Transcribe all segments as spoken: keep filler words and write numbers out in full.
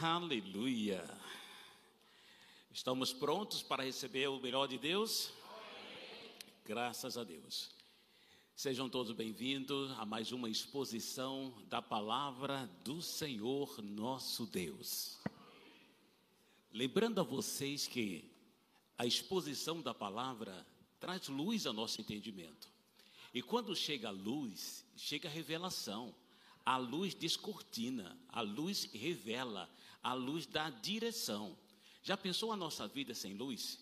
Aleluia. Estamos prontos para receber o melhor de Deus? Graças a Deus. Sejam todos bem-vindos a mais uma exposição da palavra do Senhor nosso Deus. Lembrando a vocês que a exposição da palavra traz luz ao nosso entendimento. E quando chega a luz, chega a revelação. A luz descortina, a luz revela, a luz dá direção. Já pensou a nossa vida sem luz?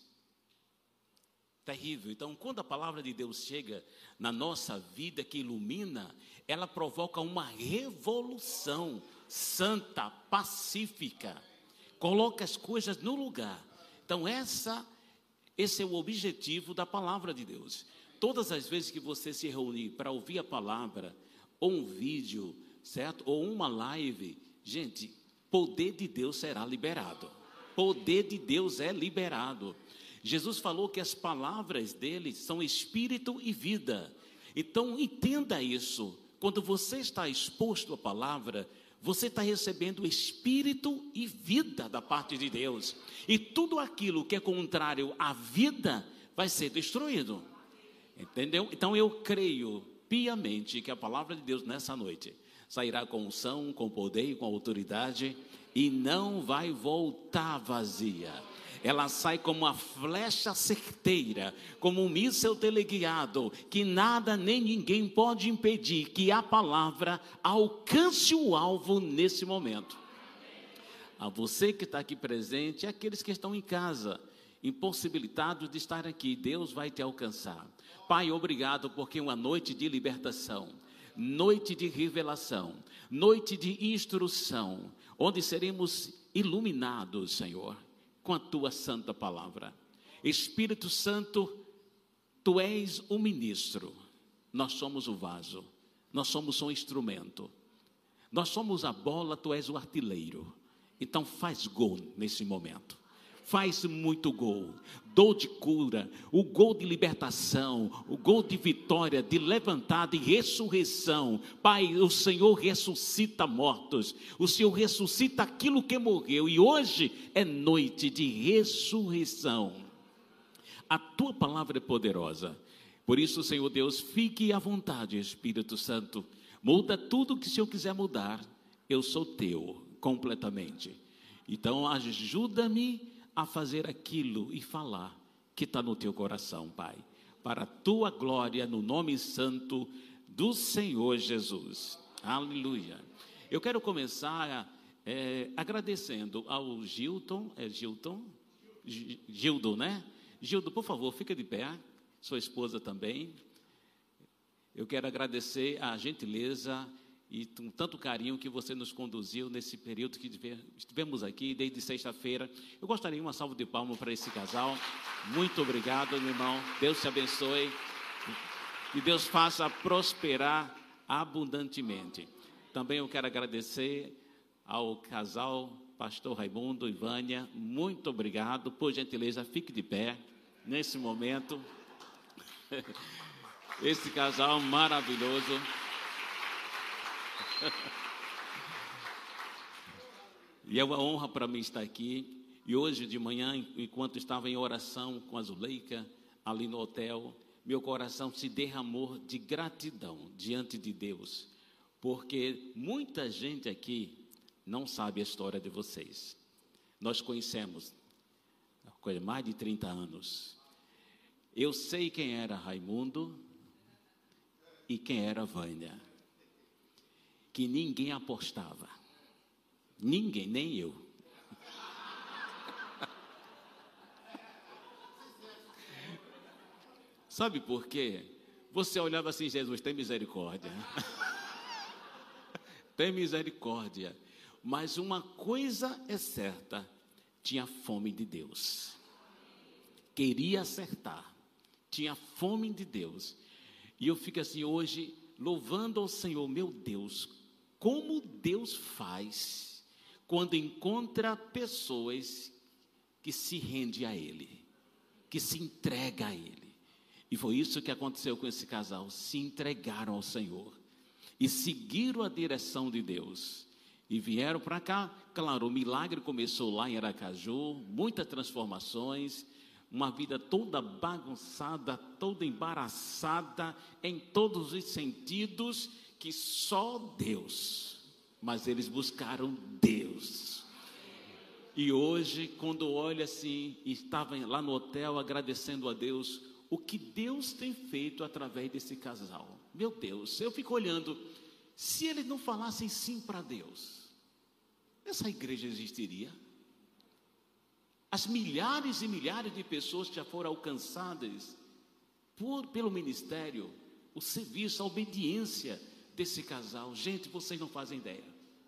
Terrível. Então, quando a palavra de Deus chega na nossa vida, que ilumina, ela provoca uma revolução santa, pacífica. Coloca as coisas no lugar. Então, essa, esse é o objetivo da palavra de Deus. Todas as vezes que você se reunir para ouvir a palavra, ou um vídeo, certo? Ou uma live, gente, poder de Deus será liberado. Poder de Deus é liberado. Jesus falou que as palavras dele são espírito e vida. Então, entenda isso. Quando você está exposto à palavra, você está recebendo espírito e vida da parte de Deus. E tudo aquilo que é contrário à vida vai ser destruído. Entendeu? Então, eu creio piamente que a palavra de Deus nessa noite sairá com unção, com poder e com autoridade e não vai voltar vazia. Ela sai como uma flecha certeira, como um míssil teleguiado, que nada nem ninguém pode impedir que a palavra alcance o alvo nesse momento. A você que está aqui presente e aqueles que estão em casa, impossibilitados de estar aqui, Deus vai te alcançar. Pai, obrigado porque é uma noite de libertação, noite de revelação, noite de instrução, onde seremos iluminados, Senhor, com a tua santa palavra. Espírito Santo, tu és o ministro, nós somos o vaso, nós somos um instrumento, nós somos a bola, tu és o artilheiro. Então faz gol nesse momento. Faz muito gol, gol de cura, o gol de libertação, o gol de vitória, de levantada e ressurreição. Pai, o Senhor ressuscita mortos, o Senhor ressuscita aquilo que morreu, e hoje é noite de ressurreição. A tua palavra é poderosa, por isso, Senhor Deus, fique à vontade, Espírito Santo, muda tudo que o Senhor quiser mudar, eu sou teu completamente. Então ajuda-me a fazer aquilo e falar que está no teu coração, Pai, para a tua glória, no nome santo do Senhor Jesus. Aleluia. Eu quero começar é, agradecendo ao Gilton, é Gilton? Gildo, né? Gildo, por favor, fica de pé, sua esposa também. Eu quero agradecer a gentileza e com tanto carinho que você nos conduziu nesse período que estivemos aqui, desde sexta-feira. Eu gostaria de uma salva de palmas para esse casal. Muito obrigado, meu irmão. Deus te abençoe. E Deus faça prosperar abundantemente. Também eu quero agradecer ao casal, pastor Raimundo e Vânia. Muito obrigado. Por gentileza, fique de pé nesse momento. Esse casal maravilhoso. E é uma honra para mim estar aqui. E hoje de manhã, enquanto estava em oração com a Zuleika, ali no hotel, meu coração se derramou de gratidão diante de Deus, porque muita gente aqui não sabe a história de vocês. Nós conhecemos há mais de trinta anos. Eu sei quem era Raimundo e quem era Vânia, que ninguém apostava, ninguém, nem eu. Sabe por quê? Você olhava assim, Jesus, tem misericórdia, tem misericórdia, mas uma coisa é certa, tinha fome de Deus, queria acertar, tinha fome de Deus, e eu fico assim hoje, louvando ao Senhor, meu Deus, como Deus faz quando encontra pessoas que se rendem a Ele, que se entrega a Ele. E foi isso que aconteceu com esse casal, se entregaram ao Senhor e seguiram a direção de Deus. E vieram para cá, claro, o milagre começou lá em Aracaju, muitas transformações, uma vida toda bagunçada, toda embaraçada, em todos os sentidos, que só Deus, mas eles buscaram Deus. E hoje, quando olha assim, estava lá no hotel agradecendo a Deus, o que Deus tem feito através desse casal. Meu Deus, eu fico olhando, se eles não falassem sim para Deus, essa igreja existiria? As milhares e milhares de pessoas que já foram alcançadas por, pelo ministério, o serviço, a obediência desse casal. Gente, vocês não fazem ideia.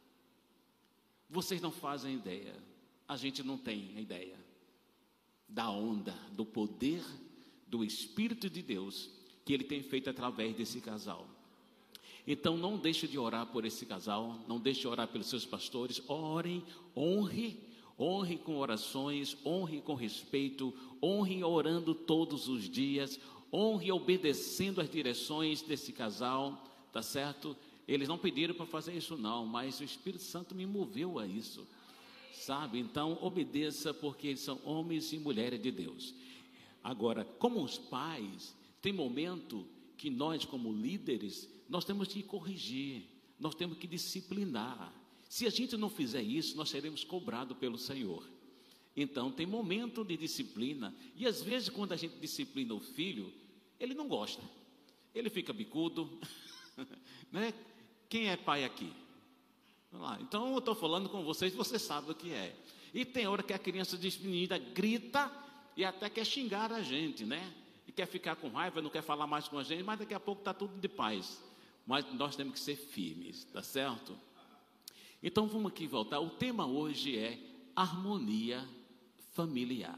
Vocês não fazem ideia. A gente não tem ideia da onda, do poder do Espírito de Deus que Ele tem feito através desse casal. Então não deixe de orar por esse casal, não deixe de orar pelos seus pastores. Orem, honre, honre com orações, honre com respeito, honre orando todos os dias, honre obedecendo as direções desse casal, tá certo? Eles não pediram para fazer isso não, mas o Espírito Santo me moveu a isso, sabe? Então obedeça, porque eles são homens e mulheres de Deus. Agora, como os pais, tem momento que nós como líderes, nós temos que corrigir, nós temos que disciplinar. Se a gente não fizer isso, nós seremos cobrados pelo Senhor. Então, tem momento de disciplina, e às vezes quando a gente disciplina o filho, ele não gosta, ele fica bicudo, né? Quem é pai aqui? Vamos lá. Então, eu estou falando com vocês, você sabe o que é. E tem hora que a criança disciplinada grita e até quer xingar a gente, né? E quer ficar com raiva, não quer falar mais com a gente, mas daqui a pouco está tudo de paz. Mas nós temos que ser firmes, tá certo? Então vamos aqui voltar. O tema hoje é harmonia familiar.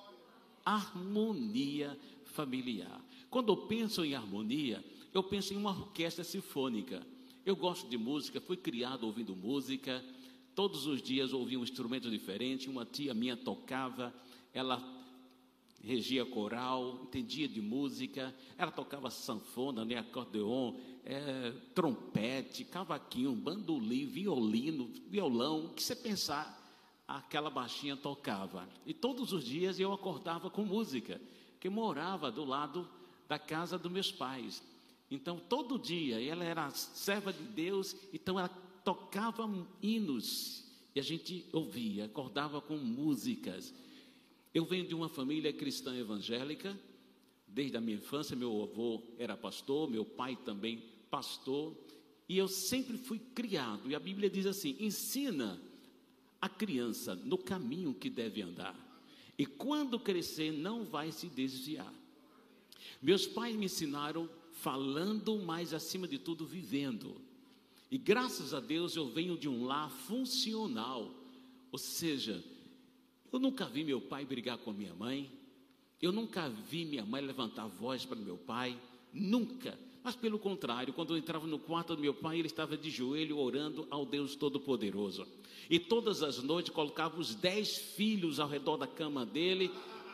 Harmonia familiar. Quando eu penso em harmonia, eu penso em uma orquestra sinfônica. Eu gosto de música, fui criado ouvindo música. Todos os dias ouvia um instrumento diferente. Uma tia minha tocava, ela regia coral, entendia de música, ela tocava sanfona, né, acordeon, é, trompete, cavaquinho, bandolim, violino, violão, o que você pensar, aquela baixinha tocava. E todos os dias eu acordava com música, que morava do lado da casa dos meus pais. Então, todo dia, ela era serva de Deus, então ela tocava hinos, e a gente ouvia, acordava com músicas. Eu venho de uma família cristã evangélica, desde a minha infância. Meu avô era pastor, meu pai também pastor, e eu sempre fui criado, e a Bíblia diz assim, ensina a criança no caminho que deve andar, e quando crescer não vai se desviar. Meus pais me ensinaram falando, mas acima de tudo vivendo, e graças a Deus eu venho de um lar funcional, ou seja, eu nunca vi meu pai brigar com a minha mãe, eu nunca vi minha mãe levantar a voz para meu pai, nunca. Mas pelo contrário, quando eu entrava no quarto do meu pai, ele estava de joelho orando ao Deus Todo-Poderoso. E todas as noites colocava os dez filhos ao redor da cama dele,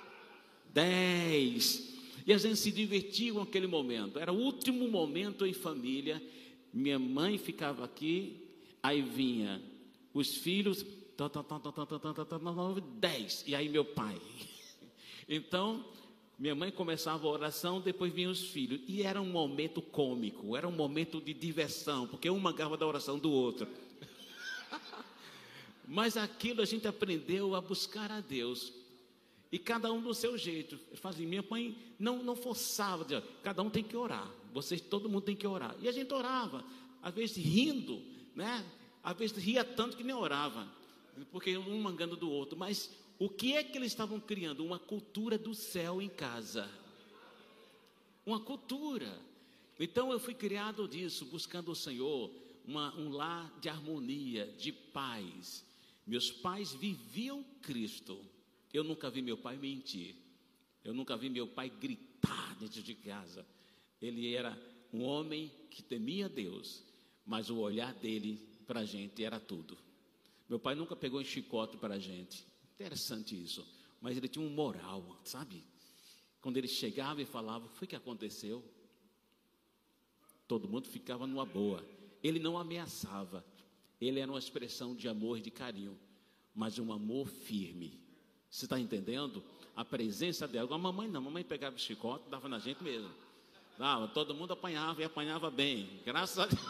dez. E a gente se divertia com aquele momento, era o último momento em família. Minha mãe ficava aqui, aí vinha os filhos, dez, e aí meu pai. Então, minha mãe começava a oração, depois vinham os filhos, e era um momento cômico, era um momento de diversão, porque um mangava da oração do outro. Mas aquilo a gente aprendeu a buscar a Deus, e cada um do seu jeito. Fazia, minha mãe não, não forçava, dizia, cada um tem que orar, vocês, todo mundo tem que orar, e a gente orava, às vezes rindo, né? Às vezes ria tanto que nem orava, porque um mangando do outro. Mas o que é que eles estavam criando? Uma cultura do céu em casa, uma cultura. Então eu fui criado disso, buscando o Senhor, uma, um lar de harmonia, de paz. Meus pais viviam Cristo. Eu nunca vi meu pai mentir, eu nunca vi meu pai gritar dentro de casa. Ele era um homem que temia Deus, mas o olhar dele para a gente era tudo. Meu pai nunca pegou em chicote para a gente, interessante isso, mas ele tinha um moral, sabe? Quando ele chegava e falava, o que foi que aconteceu? Todo mundo ficava numa boa, ele não ameaçava, ele era uma expressão de amor e de carinho, mas um amor firme. Você está entendendo? A presença dela. A mamãe não, a mamãe pegava o chicote, dava na gente mesmo. Dava, todo mundo apanhava e apanhava bem. Graças a Deus.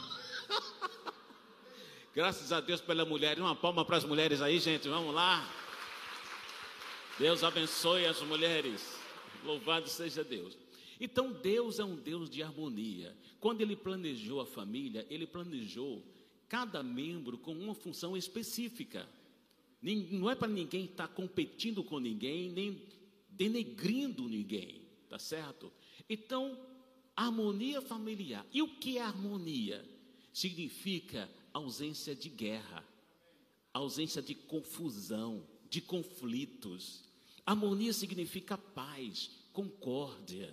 Graças a Deus pela mulher. Uma palma para as mulheres aí, gente. Vamos lá. Deus abençoe as mulheres. Louvado seja Deus. Então Deus é um Deus de harmonia. Quando Ele planejou a família, Ele planejou cada membro com uma função específica. Não é para ninguém estar competindo com ninguém, nem denegrindo ninguém, tá certo? Então, harmonia familiar. E o que é harmonia? Significa ausência de guerra, ausência de confusão, de conflitos. Harmonia significa paz, concórdia.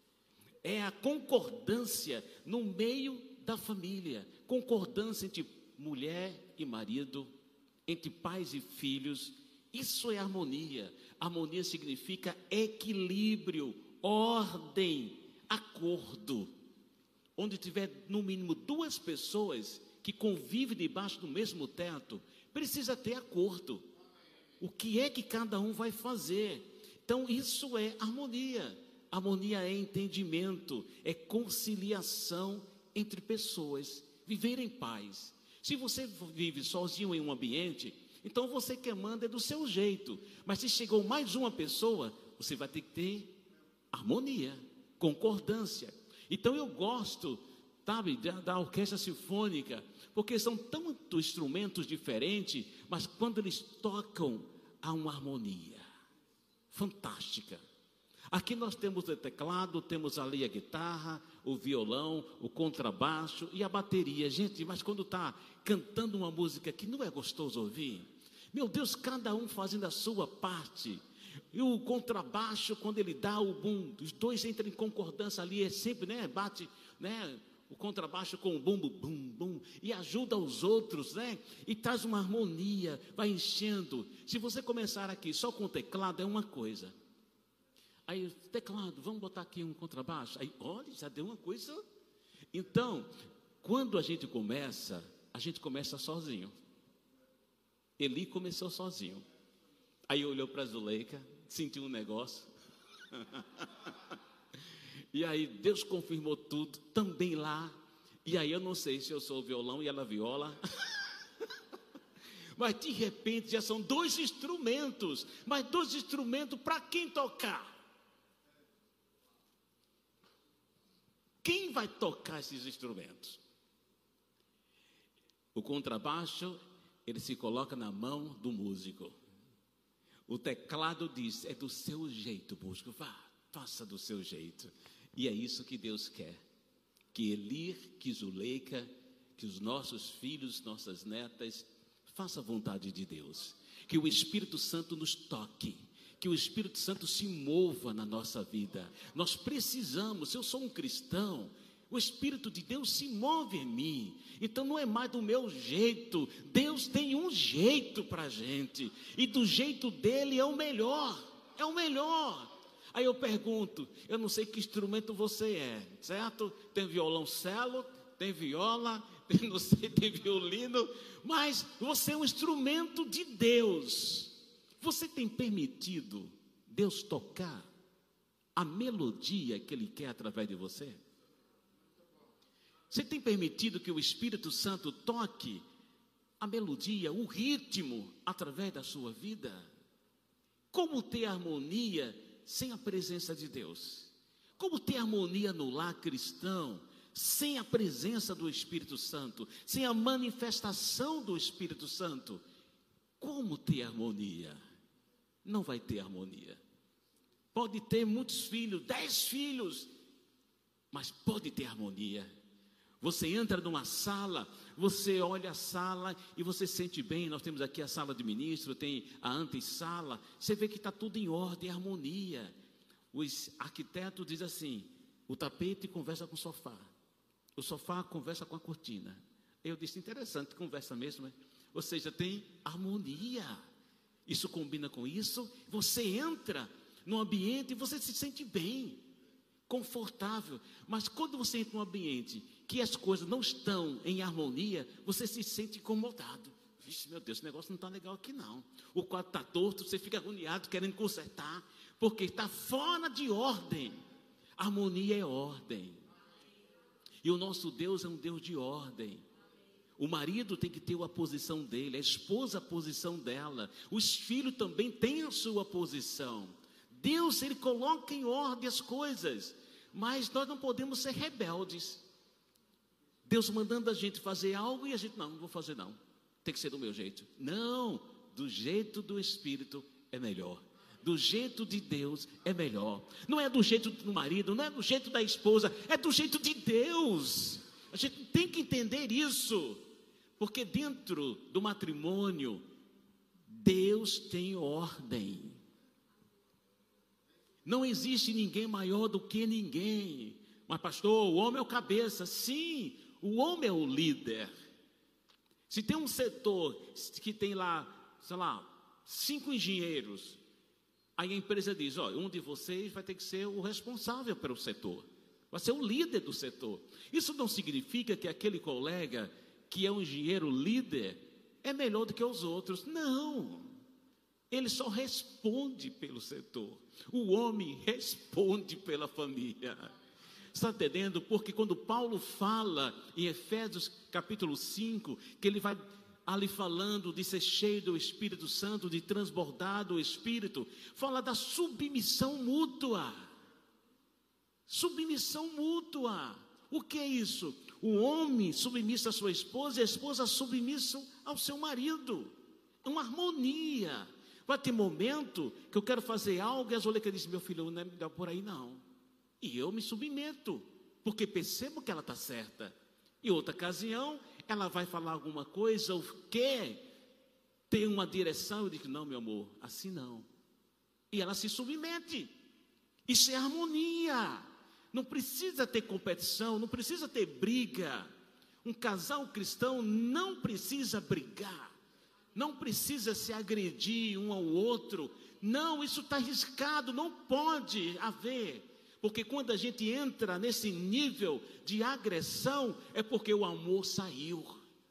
É a concordância no meio da família, concordância entre mulher e marido, entre pais e filhos. Isso é harmonia. Harmonia significa equilíbrio, ordem, acordo. Onde tiver no mínimo duas pessoas que convivem debaixo do mesmo teto, precisa ter acordo. O que é que cada um vai fazer? Então isso é harmonia. Harmonia é entendimento, é conciliação entre pessoas, viver em paz. Se você vive sozinho em um ambiente, então você que manda é do seu jeito. Mas se chegou mais uma pessoa, você vai ter que ter harmonia, concordância. Então eu gosto, sabe, da, da orquestra sinfônica, porque são tantos instrumentos diferentes, mas quando eles tocam, há uma harmonia fantástica. Aqui nós temos o teclado, temos ali a guitarra, o violão, o contrabaixo e a bateria. Gente, mas quando está cantando uma música que não é gostoso ouvir, meu Deus, cada um fazendo a sua parte. E o contrabaixo, quando ele dá o bum, os dois entram em concordância ali, é sempre, né, bate, né, o contrabaixo com o bum, bum, bum, bum, e ajuda os outros, né, e traz uma harmonia, vai enchendo. Se você começar aqui só com o teclado, é uma coisa. Aí, teclado, vamos botar aqui um contrabaixo. Aí, olha, já deu uma coisa. Então, quando a gente começa, a gente começa sozinho. Eli começou sozinho. Aí olhou para a Zuleika, sentiu um negócio. E aí Deus confirmou tudo, também lá. E aí eu não sei se eu sou o violão e ela viola. Mas de repente já são dois instrumentos. Mas dois instrumentos para quem tocar? Quem vai tocar esses instrumentos? O contrabaixo, ele se coloca na mão do músico. O teclado diz, é do seu jeito, músico, vá, faça do seu jeito. E é isso que Deus quer. Que Elir, que Zuleika, que os nossos filhos, nossas netas, façam a vontade de Deus. Que o Espírito Santo nos toque. Que o Espírito Santo se mova na nossa vida. Nós precisamos, se eu sou um cristão, o Espírito de Deus se move em mim. Então não é mais do meu jeito. Deus tem um jeito para a gente. E do jeito dele é o melhor. É o melhor. Aí eu pergunto, eu não sei que instrumento você é, certo? Tem violão cello, tem viola, tem, não sei, tem violino. Mas você é um instrumento de Deus. Você tem permitido Deus tocar a melodia que Ele quer através de você? Você tem permitido que o Espírito Santo toque a melodia, o ritmo através da sua vida? Como ter harmonia sem a presença de Deus? Como ter harmonia no lar cristão sem a presença do Espírito Santo, sem a manifestação do Espírito Santo? Como ter harmonia? Não vai ter harmonia. Pode ter muitos filhos, dez filhos, mas pode ter harmonia. Você entra numa sala, você olha a sala e você sente bem. Nós temos aqui a sala de ministro, tem a antessala. Você vê que está tudo em ordem, harmonia. Os arquitetos dizem assim, o tapete conversa com o sofá, o sofá conversa com a cortina. Eu disse, interessante, conversa mesmo, né? Ou seja, tem harmonia. Isso combina com isso. Você entra no ambiente e você se sente bem, confortável. Mas quando você entra num ambiente que as coisas não estão em harmonia, você se sente incomodado. Vixe, meu Deus, esse negócio não está legal aqui não. O quadro está torto, você fica agoniado querendo consertar, porque está fora de ordem. Harmonia é ordem. E o nosso Deus é um Deus de ordem. O marido tem que ter a posição dele, a esposa a posição dela, os filhos também têm a sua posição. Deus, Ele coloca em ordem as coisas, mas nós não podemos ser rebeldes. Deus mandando a gente fazer algo e a gente, não, não vou fazer não, tem que ser do meu jeito. Não, do jeito do Espírito é melhor. Do jeito de Deus é melhor. Não é do jeito do marido, não é do jeito da esposa, é do jeito de Deus. A gente tem que entender isso, porque dentro do matrimônio, Deus tem ordem. Não existe ninguém maior do que ninguém. Mas pastor, o homem é o cabeça. Sim, o homem é o líder. Se tem um setor que tem lá, sei lá, cinco engenheiros, aí a empresa diz, olha, um de vocês vai ter que ser o responsável pelo setor, vai ser o líder do setor. Isso não significa que aquele colega que é um engenheiro líder é melhor do que os outros. Não, ele só responde pelo setor. O homem responde pela família. Está entendendo? Porque quando Paulo fala em Efésios capítulo cinco, que ele vai ali falando de ser cheio do Espírito Santo, de transbordar do Espírito, fala da submissão mútua. Submissão mútua. O que é isso? O homem submisso à sua esposa e a esposa submissa ao seu marido. É uma harmonia. Vai ter momento que eu quero fazer algo e a Zoleika diz, meu filho, não é melhor por aí não. E eu me submeto, porque percebo que ela está certa. Em outra ocasião, ela vai falar alguma coisa ou quer ter uma direção, eu digo, não, meu amor, assim não. E ela se submete. Isso é harmonia. Não precisa ter competição, não precisa ter briga. Um casal cristão não precisa brigar. Não precisa se agredir um ao outro. Não, isso está arriscado, não pode haver. Porque quando a gente entra nesse nível de agressão, é porque o amor saiu.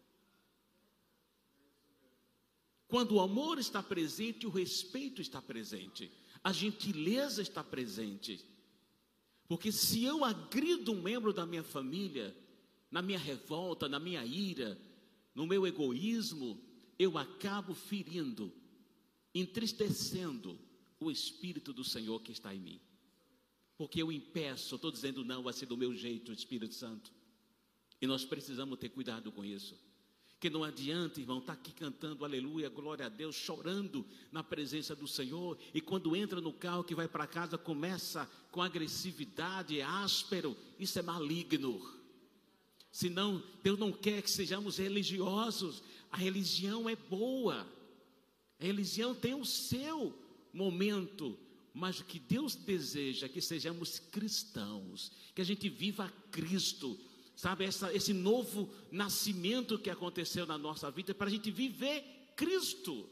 Quando o amor está presente, o respeito está presente. A gentileza está presente. Porque se eu agrido um membro da minha família, na minha revolta, na minha ira, no meu egoísmo, eu acabo ferindo, entristecendo o Espírito do Senhor que está em mim. Porque eu impeço, estou dizendo não, vai ser do meu jeito, o Espírito Santo. E nós precisamos ter cuidado com isso. Que não adianta, irmão, estar aqui cantando aleluia, glória a Deus, chorando na presença do Senhor. E quando entra no carro que vai para casa, começa com agressividade, é áspero. Isso é maligno. Senão, Deus não quer que sejamos religiosos. A religião é boa. A religião tem o seu momento. Mas o que Deus deseja é que sejamos cristãos, que a gente viva Cristo, sabe, essa, esse novo nascimento que aconteceu na nossa vida, para a gente viver Cristo.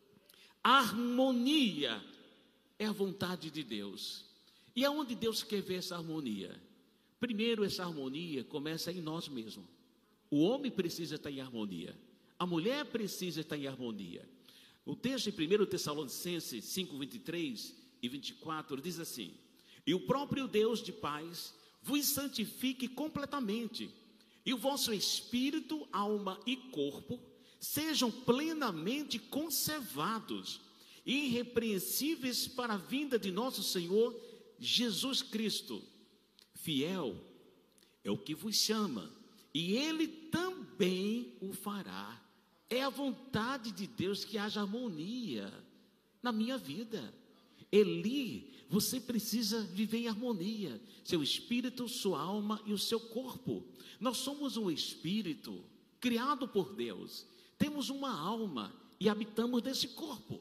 A harmonia é a vontade de Deus. E aonde Deus quer ver essa harmonia? Primeiro, essa harmonia começa em nós mesmos. O homem precisa estar em harmonia, a mulher precisa estar em harmonia. O texto em primeiro Tessalonicenses cinco, vinte e três e vinte e quatro diz assim: e o próprio Deus de paz vos santifique completamente, e o vosso espírito, alma e corpo sejam plenamente conservados, irrepreensíveis para a vinda de nosso Senhor Jesus Cristo. Fiel é o que vos chama, e Ele também o fará. É a vontade de Deus que haja harmonia na minha vida. Eli, você precisa viver em harmonia, seu espírito, sua alma e o seu corpo. Nós somos um espírito criado por Deus, temos uma alma e habitamos desse corpo.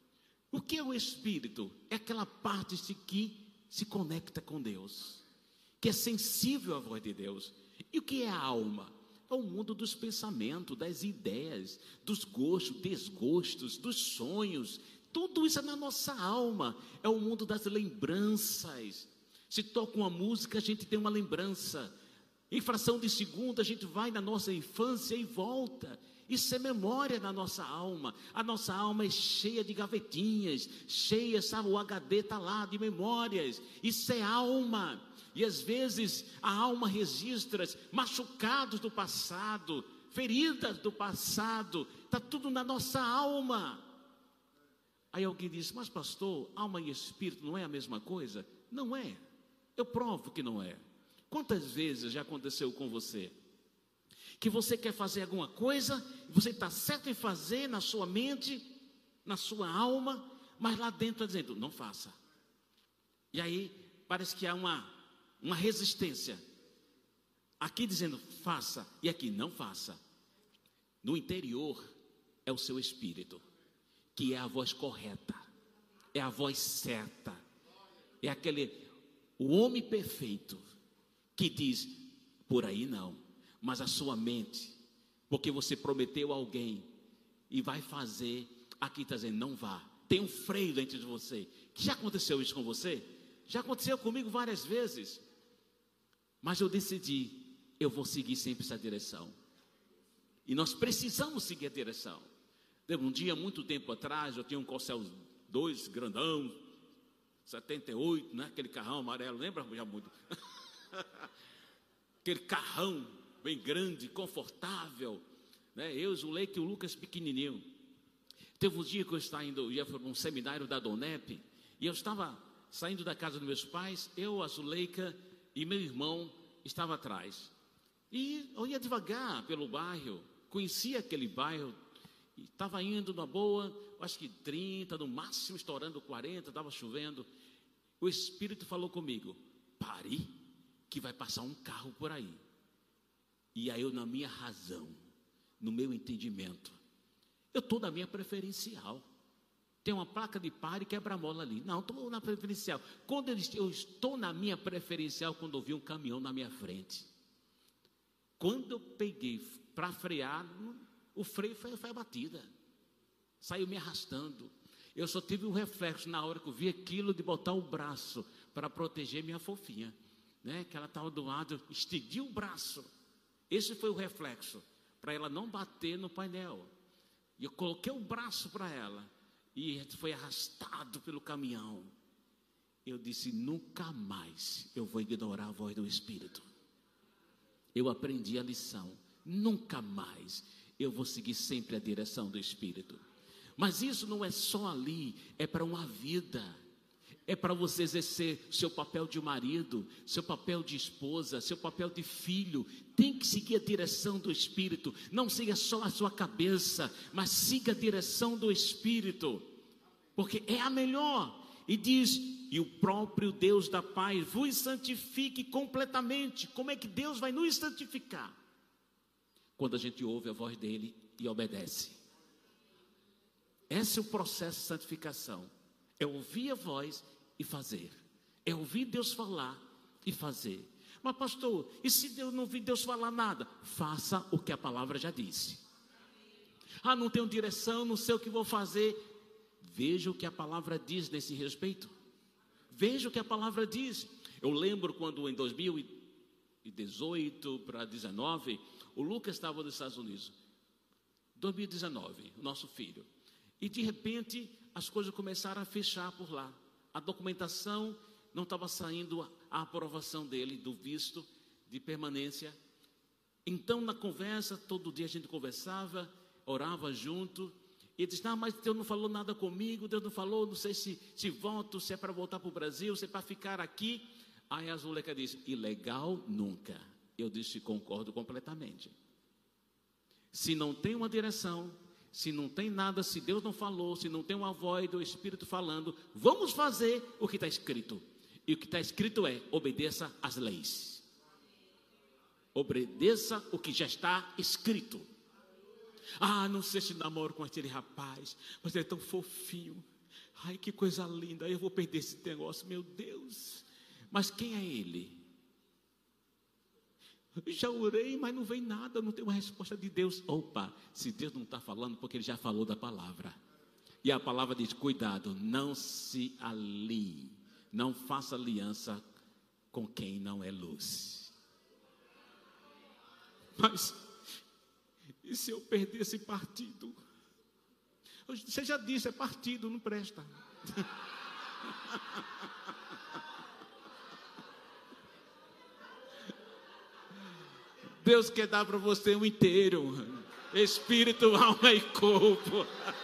O que é o espírito? É aquela parte que se conecta com Deus, que é sensível à voz de Deus. E o que é a alma? É o mundo dos pensamentos, das ideias, dos gostos, desgostos, dos sonhos. Tudo isso é na nossa alma, é o mundo das lembranças. Se toca uma música, a gente tem uma lembrança. Em fração de segundo a gente vai na nossa infância e volta. Isso é memória na nossa alma. A nossa alma é cheia de gavetinhas, cheia, sabe, o H D está lá de memórias. Isso é alma. E às vezes a alma registra machucados do passado, feridas do passado, está tudo na nossa alma. Aí alguém diz, mas pastor, alma e espírito não é a mesma coisa? Não é, eu provo que não é. Quantas vezes já aconteceu com você? Que você quer fazer alguma coisa, você está certo em fazer na sua mente, na sua alma, mas lá dentro está dizendo, não faça. E aí parece que há uma, uma resistência. Aqui dizendo, faça, e aqui, não faça. No interior é o seu espírito, que é a voz correta, é a voz certa, é aquele, o homem perfeito, que diz, por aí não, mas a sua mente, porque você prometeu a alguém, e vai fazer, aqui está dizendo, não vá, tem um freio dentro de você. Já aconteceu isso com você? Já aconteceu comigo várias vezes, mas eu decidi, eu vou seguir sempre essa direção, e nós precisamos seguir a direção. Um dia, muito tempo atrás, eu tinha um Corcel dois, grandão, setenta e oito, né? Aquele carrão amarelo, lembra já muito? Aquele carrão bem grande, confortável, né? Eu, Zuleika e o Lucas pequenininho. Teve um dia que eu estava indo, ia para um seminário da Donep, e eu estava saindo da casa dos meus pais, eu, a Zuleika e meu irmão estava atrás. E eu ia devagar pelo bairro, conhecia aquele bairro, estava indo na boa, acho que trinta, no máximo estourando quarenta, estava chovendo. O Espírito falou comigo, pare, que vai passar um carro por aí. E aí eu, na minha razão, no meu entendimento, eu estou na minha preferencial. Tem uma placa de pare e quebra-mola ali. Não, estou na preferencial. Quando eu, eu estou na minha preferencial, quando eu vi um caminhão na minha frente. Quando eu peguei para frear, o freio foi, foi a batida, saiu me arrastando. Eu só tive um reflexo na hora que eu vi aquilo de botar o braço para proteger minha fofinha, né? Que ela estava do lado, eu estendi o braço. Esse foi o reflexo, para ela não bater no painel. E eu coloquei o braço para ela, e foi arrastado pelo caminhão. Eu disse, nunca mais eu vou ignorar a voz do Espírito. Eu aprendi a lição, nunca mais eu vou seguir sempre a direção do Espírito. Mas isso não é só ali, é para uma vida. É para você exercer seu papel de marido, seu papel de esposa, seu papel de filho. Tem que seguir a direção do Espírito. Não siga só a sua cabeça, mas siga a direção do Espírito, porque é a melhor. E diz, e o próprio Deus da paz vos santifique completamente. Como é que Deus vai nos santificar? Quando a gente ouve a voz dele e obedece. Esse é o processo de santificação. É ouvir a voz e fazer. É ouvir Deus falar e fazer. Mas pastor, e se Deus não ouvir Deus falar nada? Faça o que a palavra já disse. Ah, não tenho direção, não sei o que vou fazer. Veja o que a palavra diz nesse respeito. Veja o que a palavra diz. Eu lembro quando em dois mil e dezoito para dezenove... o Lucas estava nos Estados Unidos, dois mil e dezenove, o nosso filho. E de repente, as coisas começaram a fechar por lá. A documentação não estava saindo, a aprovação dele, do visto de permanência. Então, na conversa, todo dia a gente conversava, orava junto. E ele disse, não, mas Deus não falou nada comigo, Deus não falou, não sei se, se volto, se é para voltar para o Brasil, se é para ficar aqui. Aí a Zuleika disse, ilegal nunca. Eu disse, concordo completamente. Se não tem uma direção, se não tem nada, se Deus não falou, se não tem uma voz do Espírito falando, vamos fazer o que está escrito. E o que está escrito é, obedeça às leis. Obedeça o que já está escrito. Ah, não sei se namoro com aquele rapaz, mas ele é tão fofinho. Ai, que coisa linda, eu vou perder esse negócio, meu Deus. Mas quem é ele? Já orei, mas não vem nada, não tem uma resposta de Deus. Opa, se Deus não está falando, porque Ele já falou da palavra. E a palavra diz, cuidado, não se alie, não faça aliança com quem não é luz. Mas, e se eu perder esse partido? Você já disse, é partido, não presta. Deus quer dar para você um inteiro, espírito, alma e corpo.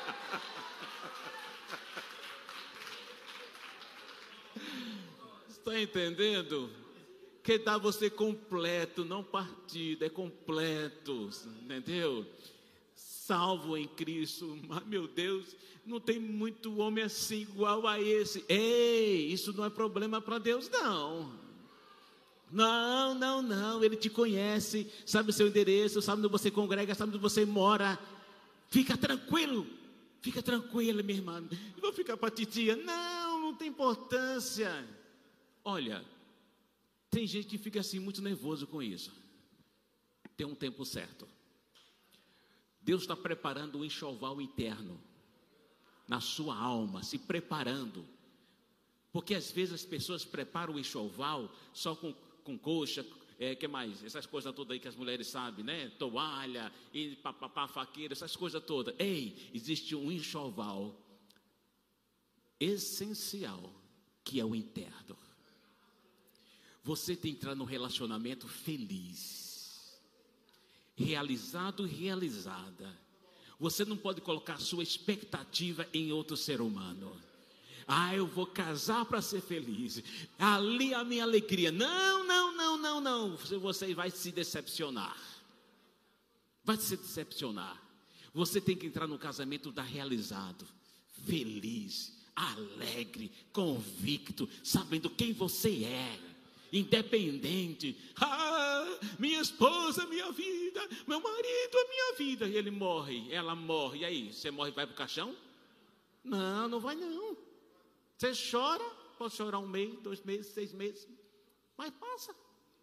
Está entendendo? Quer dar você completo, não partido, é completo, entendeu? Salvo em Cristo, mas meu Deus, não tem muito homem assim igual a esse. Ei, isso não é problema para Deus, não. Não, não, não, Ele te conhece, sabe o seu endereço, sabe onde você congrega, sabe onde você mora. Fica tranquilo, fica tranquila, minha irmã. Não vou ficar para titia, não, não tem importância. Olha, tem gente que fica assim muito nervoso com isso. Tem um tempo certo. Deus está preparando um enxoval interno na sua alma, se preparando. Porque às vezes as pessoas preparam o enxoval só com, com coxa, é, que mais? Essas coisas todas aí que as mulheres sabem, né? Toalha, e papapá, faqueira, essas coisas todas. Ei, existe um enxoval essencial, que é o interno. Você tem que entrar num relacionamento feliz, realizado e realizada. Você não pode colocar sua expectativa em outro ser humano. Ah, eu vou casar para ser feliz. Ali a minha alegria. Não, não, não, não, não. Você vai se decepcionar. Vai se decepcionar. Você tem que entrar no casamento da realizado, feliz, alegre, convicto, sabendo quem você é. Independente. Ah, minha esposa, minha vida, meu marido, a minha vida. E ele morre, ela morre. E aí, você morre e vai para o caixão? Não, não vai não. Você chora, pode chorar um mês, dois meses, seis meses, mas passa.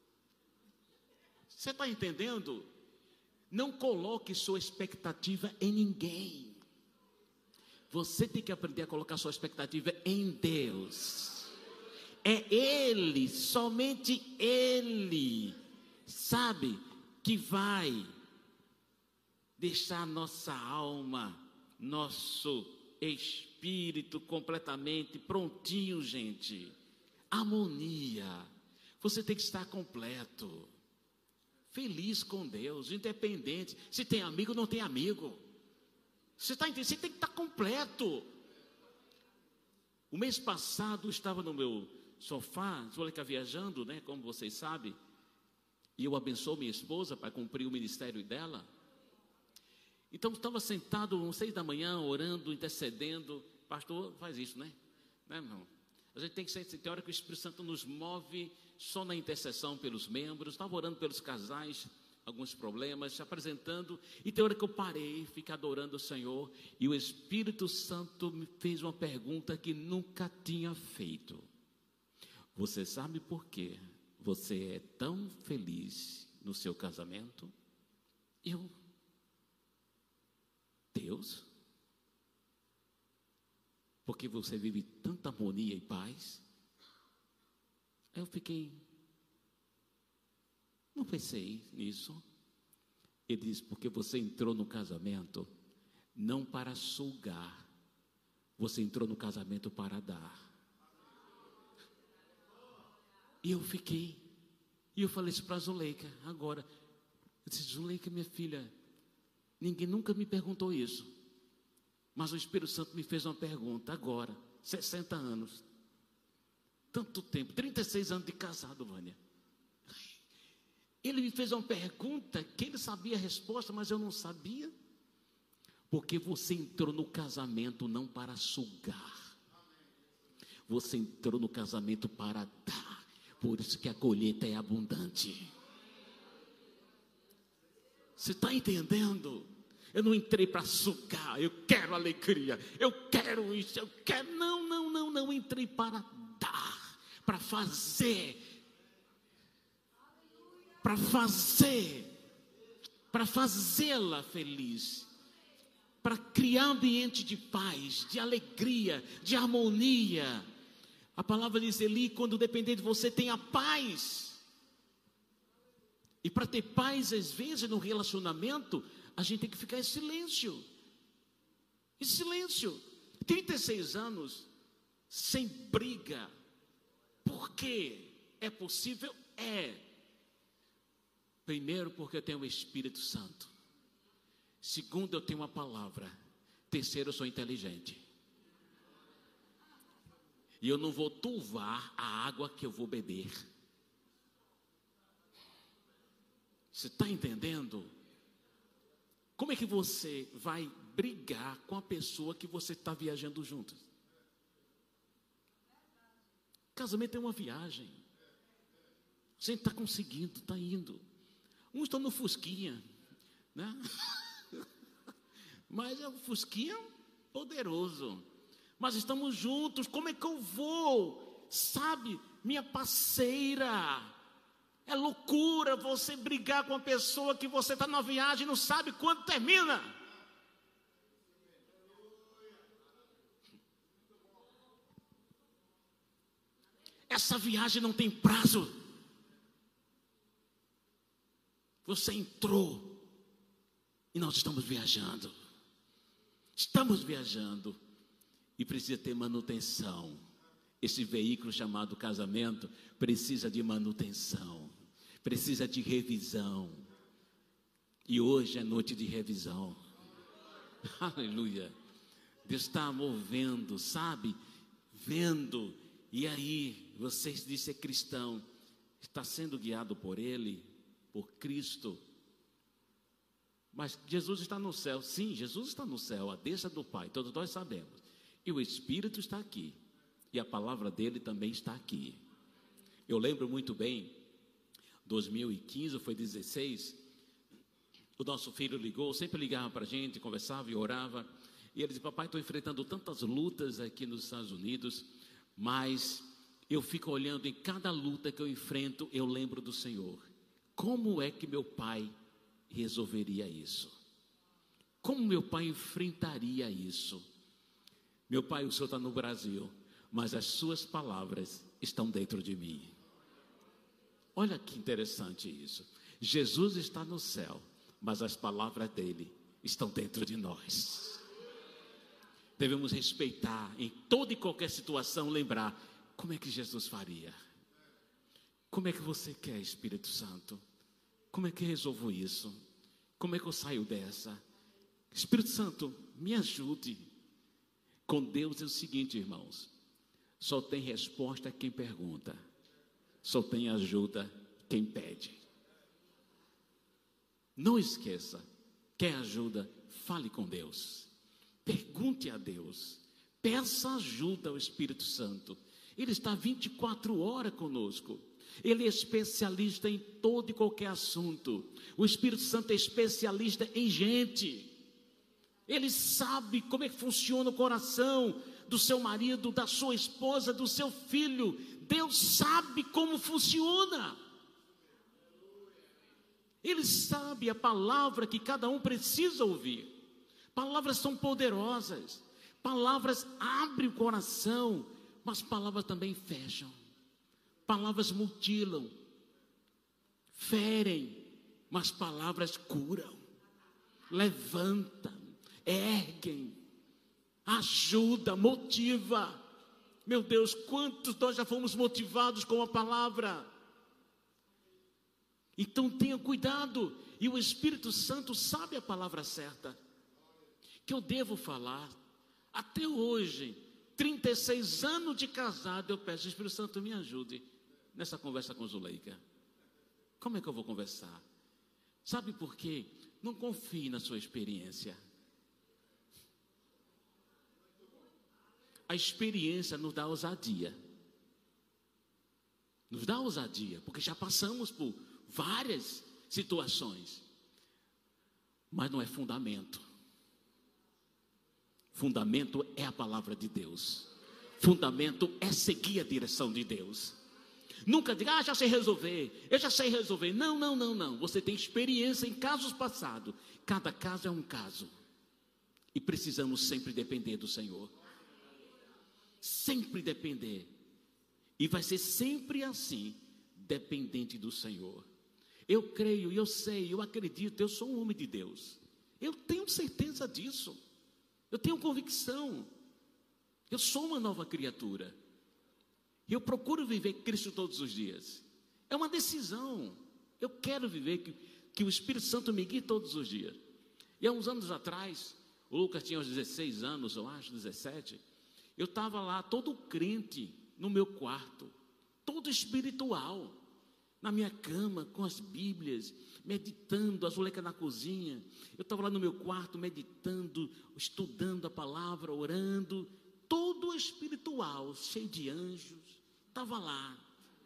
Você está entendendo? Não coloque sua expectativa em ninguém. Você tem que aprender a colocar sua expectativa em Deus. É Ele, somente Ele, sabe, que vai deixar nossa alma, nosso espírito completamente prontinho, gente. Harmonia. Você tem que estar completo, feliz com Deus, independente. Se tem amigo, não tem amigo. Você está entendendo? Você tem que estar completo. O mês passado eu estava no meu sofá, vou ficar viajando, né, como vocês sabem, e eu abençoo minha esposa para cumprir o ministério dela. Então estava sentado às seis da manhã, orando, intercedendo. Pastor faz isso, né? Né, irmão? A gente tem que ser, tem hora que o Espírito Santo nos move só na intercessão pelos membros. Estava orando pelos casais, alguns problemas, se apresentando, e tem hora que eu parei, fiquei adorando o Senhor, e o Espírito Santo me fez uma pergunta que nunca tinha feito. Você sabe por quê você é tão feliz no seu casamento? Eu, Deus, porque você vive tanta harmonia e paz? Eu fiquei, não pensei nisso. Ele diz, porque você entrou no casamento não para sugar, você entrou no casamento para dar. E eu fiquei, e eu falei isso para a Zuleika, agora, eu disse, Zuleika, minha filha, ninguém nunca me perguntou isso, mas o Espírito Santo me fez uma pergunta agora, sessenta anos, tanto tempo, trinta e seis anos de casado, Vânia. Ele me fez uma pergunta que ele sabia a resposta, mas eu não sabia. Porque você entrou no casamento não para sugar, você entrou no casamento para dar. Por isso que a colheita é abundante. Você está entendendo? Eu não entrei para sugar, eu quero alegria, eu quero isso, eu quero. Não, não, não, não. Entrei para dar, para fazer. Para fazer, para fazê-la feliz, para criar um ambiente de paz, de alegria, de harmonia. A palavra diz, Eli, quando depender de você, tenha paz. E para ter paz, às vezes, no relacionamento, a gente tem que ficar em silêncio. Em silêncio. trinta e seis anos sem briga. Por quê? É possível? É. Primeiro, porque eu tenho o Espírito Santo. Segundo, eu tenho uma palavra. Terceiro, eu sou inteligente. E eu não vou turvar a água que eu vou beber. Você está entendendo? Como é que você vai brigar com a pessoa que você está viajando juntos? Casamento é uma viagem. Você está conseguindo, está indo. Uns estão no Fusquinha, né? Mas é um Fusquinha poderoso. Mas estamos juntos, como é que eu vou? Sabe, minha parceira, é loucura você brigar com uma pessoa que você está na viagem e não sabe quando termina. Essa viagem não tem prazo. Você entrou e nós estamos viajando. Estamos viajando. E precisa ter manutenção. Esse veículo chamado casamento precisa de manutenção, precisa de revisão. E hoje é noite de revisão. Aleluia. Deus está movendo, sabe? Vendo. E aí, você diz ser cristão, está sendo guiado por Ele, por Cristo. Mas Jesus está no céu. Sim, Jesus está no céu, à destra do Pai, todos nós sabemos. E o Espírito está aqui. E a palavra dele também está aqui. Eu lembro muito bem, dois mil e quinze, foi dezesseis, o nosso filho ligou, sempre ligava para a gente, conversava e orava. E ele disse: papai, estou enfrentando tantas lutas aqui nos Estados Unidos, mas eu fico olhando em cada luta que eu enfrento, eu lembro do Senhor. Como é que meu pai resolveria isso? Como meu pai enfrentaria isso? Meu pai, o senhor está no Brasil, mas as suas palavras estão dentro de mim. Olha que interessante isso. Jesus está no céu, mas as palavras dele estão dentro de nós. Devemos respeitar em toda e qualquer situação, lembrar como é que Jesus faria. Como é que você quer, Espírito Santo? Como é que eu resolvo isso? Como é que eu saio dessa? Espírito Santo, me ajude. Com Deus é o seguinte, irmãos, só tem resposta quem pergunta, só tem ajuda quem pede. Não esqueça, quer ajuda, fale com Deus, pergunte a Deus, peça ajuda ao Espírito Santo. Ele está vinte e quatro horas conosco. Ele é especialista em todo e qualquer assunto. O Espírito Santo é especialista em gente. Ele sabe como é que funciona o coração do seu marido, da sua esposa, do seu filho. Deus sabe como funciona. Ele sabe a palavra que cada um precisa ouvir. Palavras são poderosas. Palavras abrem o coração, mas palavras também fecham. Palavras mutilam, ferem, mas palavras curam, levantam, erguem, ajuda, motiva. Meu Deus, quantos nós já fomos motivados com a palavra? Então tenha cuidado, e o Espírito Santo sabe a palavra certa que eu devo falar. Até hoje, trinta e seis anos de casado, eu peço: Espírito Santo, me ajude nessa conversa com Zuleika. Como é que eu vou conversar? Sabe por quê? Não confie na sua experiência. A experiência nos dá ousadia. Nos dá ousadia, porque já passamos por várias situações. Mas não é fundamento. Fundamento é a palavra de Deus. Fundamento é seguir a direção de Deus. Nunca diga: ah, já sei resolver, eu já sei resolver. Não, não, não, não. Você tem experiência em casos passados. Cada caso é um caso. E precisamos sempre depender do Senhor. Sempre depender. E vai ser sempre assim, dependente do Senhor. Eu creio, eu sei, eu acredito, eu sou um homem de Deus. Eu tenho certeza disso. Eu tenho convicção. Eu sou uma nova criatura. Eu procuro viver Cristo todos os dias. É uma decisão. Eu quero viver que, que o Espírito Santo me guie todos os dias. E há uns anos atrás, o Lucas tinha uns dezesseis anos, eu acho, dezessete. Eu estava lá, todo crente, no meu quarto, todo espiritual, na minha cama, com as Bíblias, meditando, a Zuleika na cozinha. Eu estava lá no meu quarto, meditando, estudando a palavra, orando, todo espiritual, cheio de anjos, estava lá,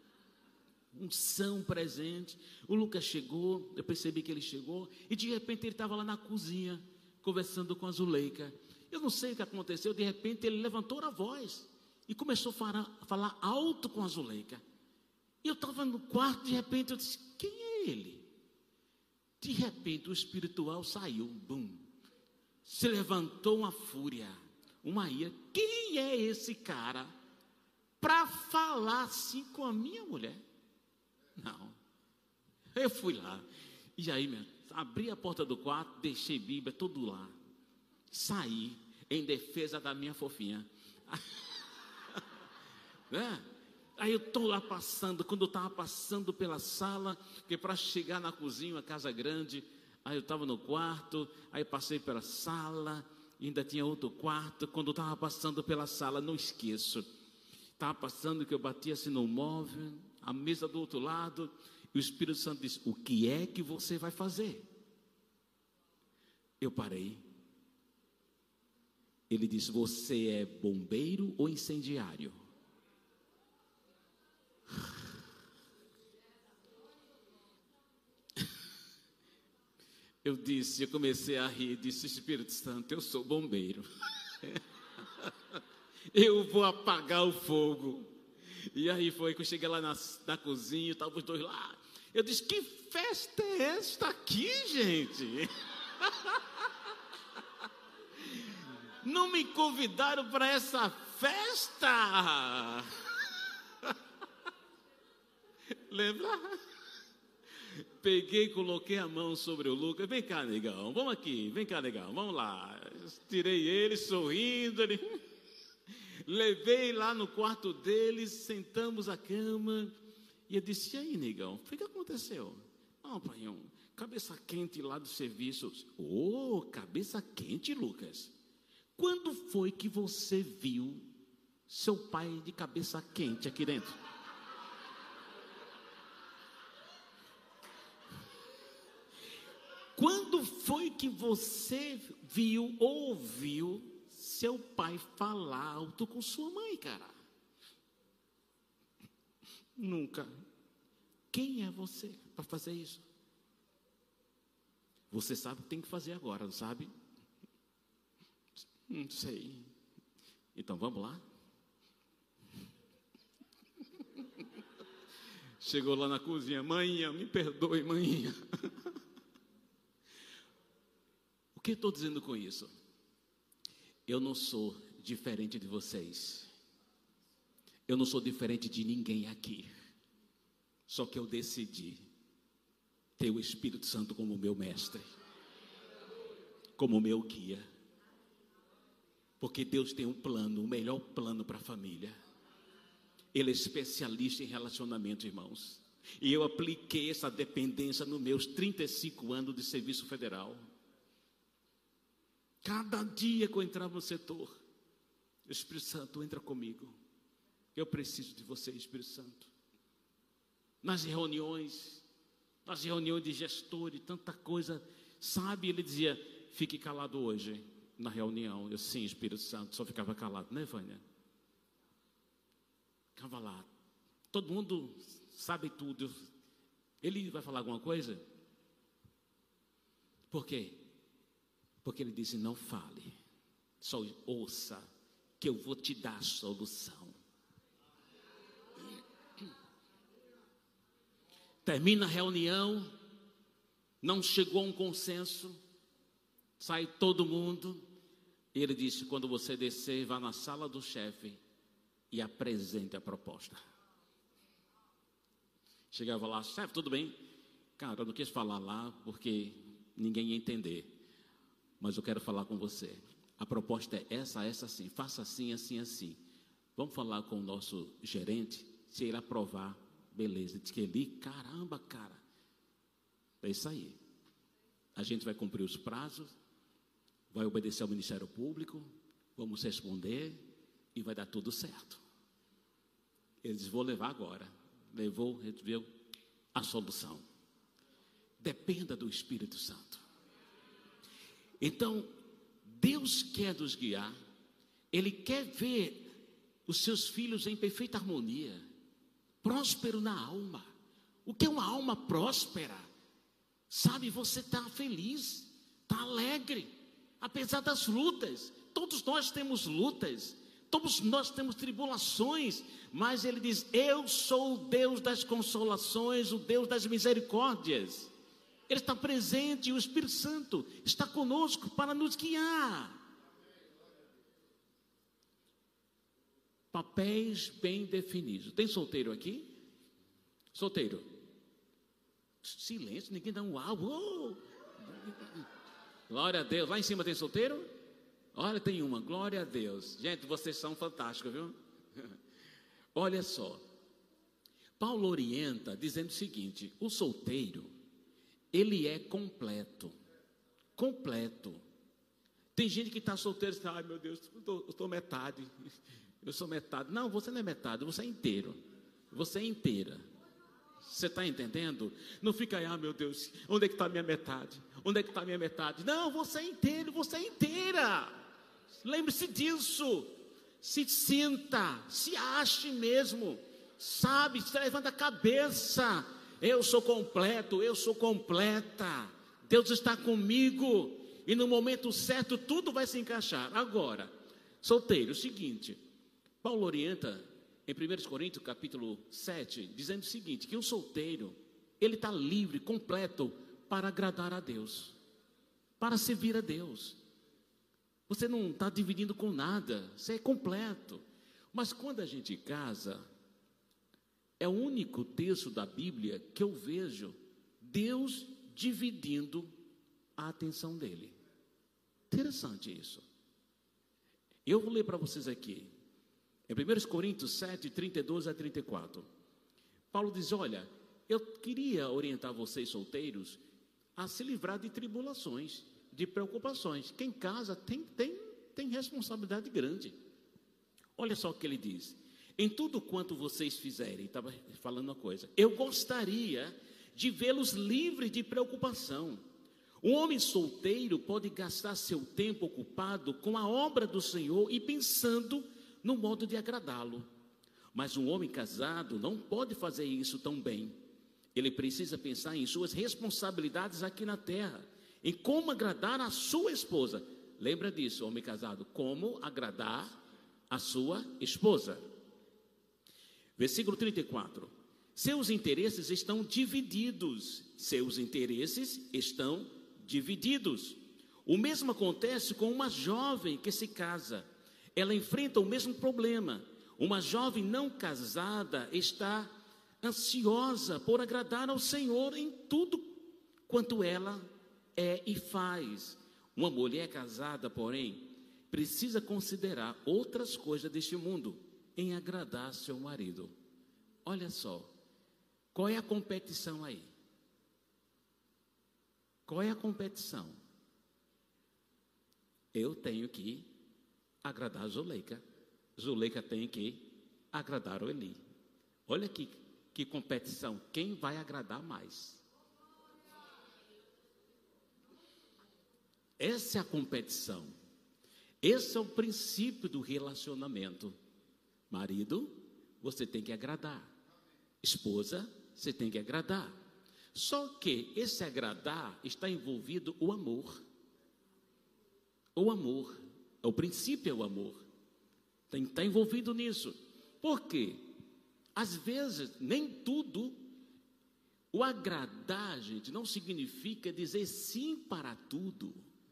unção presente. O Lucas chegou, eu percebi que ele chegou, e de repente ele estava lá na cozinha, conversando com a Zuleika. Eu não sei o que aconteceu, de repente ele levantou a voz, e começou a falar, a falar alto com a Zuleika. E eu estava no quarto, de repente eu disse, quem é ele? De repente o espiritual saiu, bum, se levantou uma fúria, uma ira. Quem é esse cara para falar assim com a minha mulher? Não, eu fui lá, e aí meu, abri a porta do quarto, deixei Bíblia, tudo lá, saí em defesa da minha fofinha. Né? Aí eu estou lá passando, quando eu estava passando pela sala, porque para chegar na cozinha, uma casa grande, aí eu estava no quarto, aí passei pela sala, ainda tinha outro quarto. Quando eu estava passando pela sala, não esqueço, estava passando que eu bati assim no móvel, a mesa do outro lado, e o Espírito Santo disse, o que é que você vai fazer? Eu parei. Ele disse, você é bombeiro ou incendiário? Eu disse, eu comecei a rir, disse, Espírito Santo, eu sou bombeiro. Eu vou apagar o fogo. E aí foi que eu cheguei lá na, na cozinha, estavam os dois lá. Eu disse, que festa é esta aqui, gente? Não me convidaram para essa festa. Lembra? Peguei, coloquei a mão sobre o Lucas. Vem cá, negão, vamos aqui, vem cá, negão, vamos lá. Tirei ele, sorrindo, ele... Levei lá no quarto dele, sentamos a cama, e eu disse, e aí, negão, o que aconteceu? Não, pai, um cabeça quente lá do serviço. Ô, oh, cabeça quente, Lucas. Quando foi que você viu seu pai de cabeça quente aqui dentro? Quando foi que você viu, ouviu seu pai falar alto com sua mãe, cara? Nunca. Quem é você para fazer isso? Você sabe o que tem que fazer agora, não sabe? Não sei. Então vamos lá? Chegou lá na cozinha, mãinha, me perdoe, mãinha. O que estou dizendo com isso? Eu não sou diferente de vocês. Eu não sou diferente de ninguém aqui. Só que eu decidi ter o Espírito Santo como meu mestre, como meu guia. Porque Deus tem um plano, o melhor plano para a família. Ele é especialista em relacionamento, irmãos. E eu apliquei essa dependência nos meus trinta e cinco anos de serviço federal. Cada dia que eu entrava no setor, o Espírito Santo entra comigo. Eu preciso de você, Espírito Santo. Nas reuniões, nas reuniões de gestores, tanta coisa, sabe? Ele dizia, fique calado hoje, na reunião. Eu, sim, Espírito Santo, só ficava calado, né, Vânia? Ficava lá. Todo mundo sabe tudo. Ele vai falar alguma coisa? Por quê? Porque ele disse, não fale, só ouça, que eu vou te dar a solução. Termina a reunião, não chegou a um consenso, sai todo mundo. Ele disse, quando você descer, vá na sala do chefe e apresente a proposta. Chegava lá, chefe, tudo bem? Cara, eu não quis falar lá porque ninguém ia entender, mas eu quero falar com você. A proposta é essa, essa sim, faça assim, assim, assim. Vamos falar com o nosso gerente, se ele aprovar, beleza. Diz que ele, caramba, cara, é isso aí. A gente vai cumprir os prazos, vai obedecer ao Ministério Público, vamos responder e vai dar tudo certo. Eles vão levar agora. Levou, resolveu a solução. Dependa do Espírito Santo. Então, Deus quer nos guiar. Ele quer ver os seus filhos em perfeita harmonia, próspero na alma. O que é uma alma próspera? Sabe, você está feliz, está alegre, apesar das lutas. Todos nós temos lutas, todos nós temos tribulações, mas ele diz, eu sou o Deus das consolações, o Deus das misericórdias. Ele está presente e o Espírito Santo está conosco para nos guiar. Papéis bem definidos. Tem solteiro aqui? Solteiro. Silêncio, ninguém dá um uau. Uou. Glória a Deus. Lá em cima tem solteiro? Olha, tem uma. Glória a Deus. Gente, vocês são fantásticos, viu? Olha só. Paulo orienta dizendo o seguinte: o solteiro, ele é completo. Completo. Tem gente que está solteiro e diz, ai meu Deus, eu estou metade. Eu sou metade. Não, você não é metade, você é inteiro. Você é inteira. Você está entendendo? Não fica aí, ah meu Deus, onde é que está a minha metade? Onde é que está a minha metade? Não, você é inteiro, você é inteira. Lembre-se disso. Se sinta, se ache mesmo. Sabe, se levanta a cabeça. Eu sou completo, eu sou completa. Deus está comigo. E no momento certo tudo vai se encaixar. Agora, solteiro, o seguinte, Paulo orienta em primeira Coríntios capítulo sete, dizendo o seguinte, que o solteiro, ele está livre, completo, para agradar a Deus, para servir a Deus. Você não está dividindo com nada, você é completo. Mas quando a gente casa, é o único texto da Bíblia que eu vejo Deus dividindo a atenção dele. Interessante isso. Eu vou ler para vocês aqui. Em primeira Coríntios sete, trinta e dois a trinta e quatro. Paulo diz, olha, eu queria orientar vocês solteiros a se livrar de tribulações, de preocupações. Quem casa tem, tem, tem responsabilidade grande. Olha só o que ele diz. Em tudo quanto vocês fizerem, estava falando uma coisa, eu gostaria de vê-los livres de preocupação. Um homem solteiro pode gastar seu tempo ocupado com a obra do Senhor e pensando no modo de agradá-lo. Mas um homem casado não pode fazer isso tão bem. Ele precisa pensar em suas responsabilidades aqui na terra, em como agradar a sua esposa. Lembra disso, homem casado, como agradar a sua esposa. Versículo trinta e quatro. Seus interesses estão divididos. Seus interesses estão divididos. O mesmo acontece com uma jovem que se casa. Ela enfrenta o mesmo problema. Uma jovem não casada está ansiosa por agradar ao Senhor em tudo quanto ela é e faz. Uma mulher casada, porém, precisa considerar outras coisas deste mundo em agradar seu marido. Olha só, qual é a competição aí? Qual é a competição? Eu tenho que agradar a Zuleika, Zuleika tem que agradar o Eli. Olha que, que competição, quem vai agradar mais? Essa é a competição, esse é o princípio do relacionamento. Marido, você tem que agradar, esposa, você tem que agradar. Só que esse agradar está envolvido o amor, o amor. O princípio é o amor. Tem que estar envolvido nisso. Por quê? Às vezes, nem tudo, o agradar, gente, não significa dizer sim para tudo.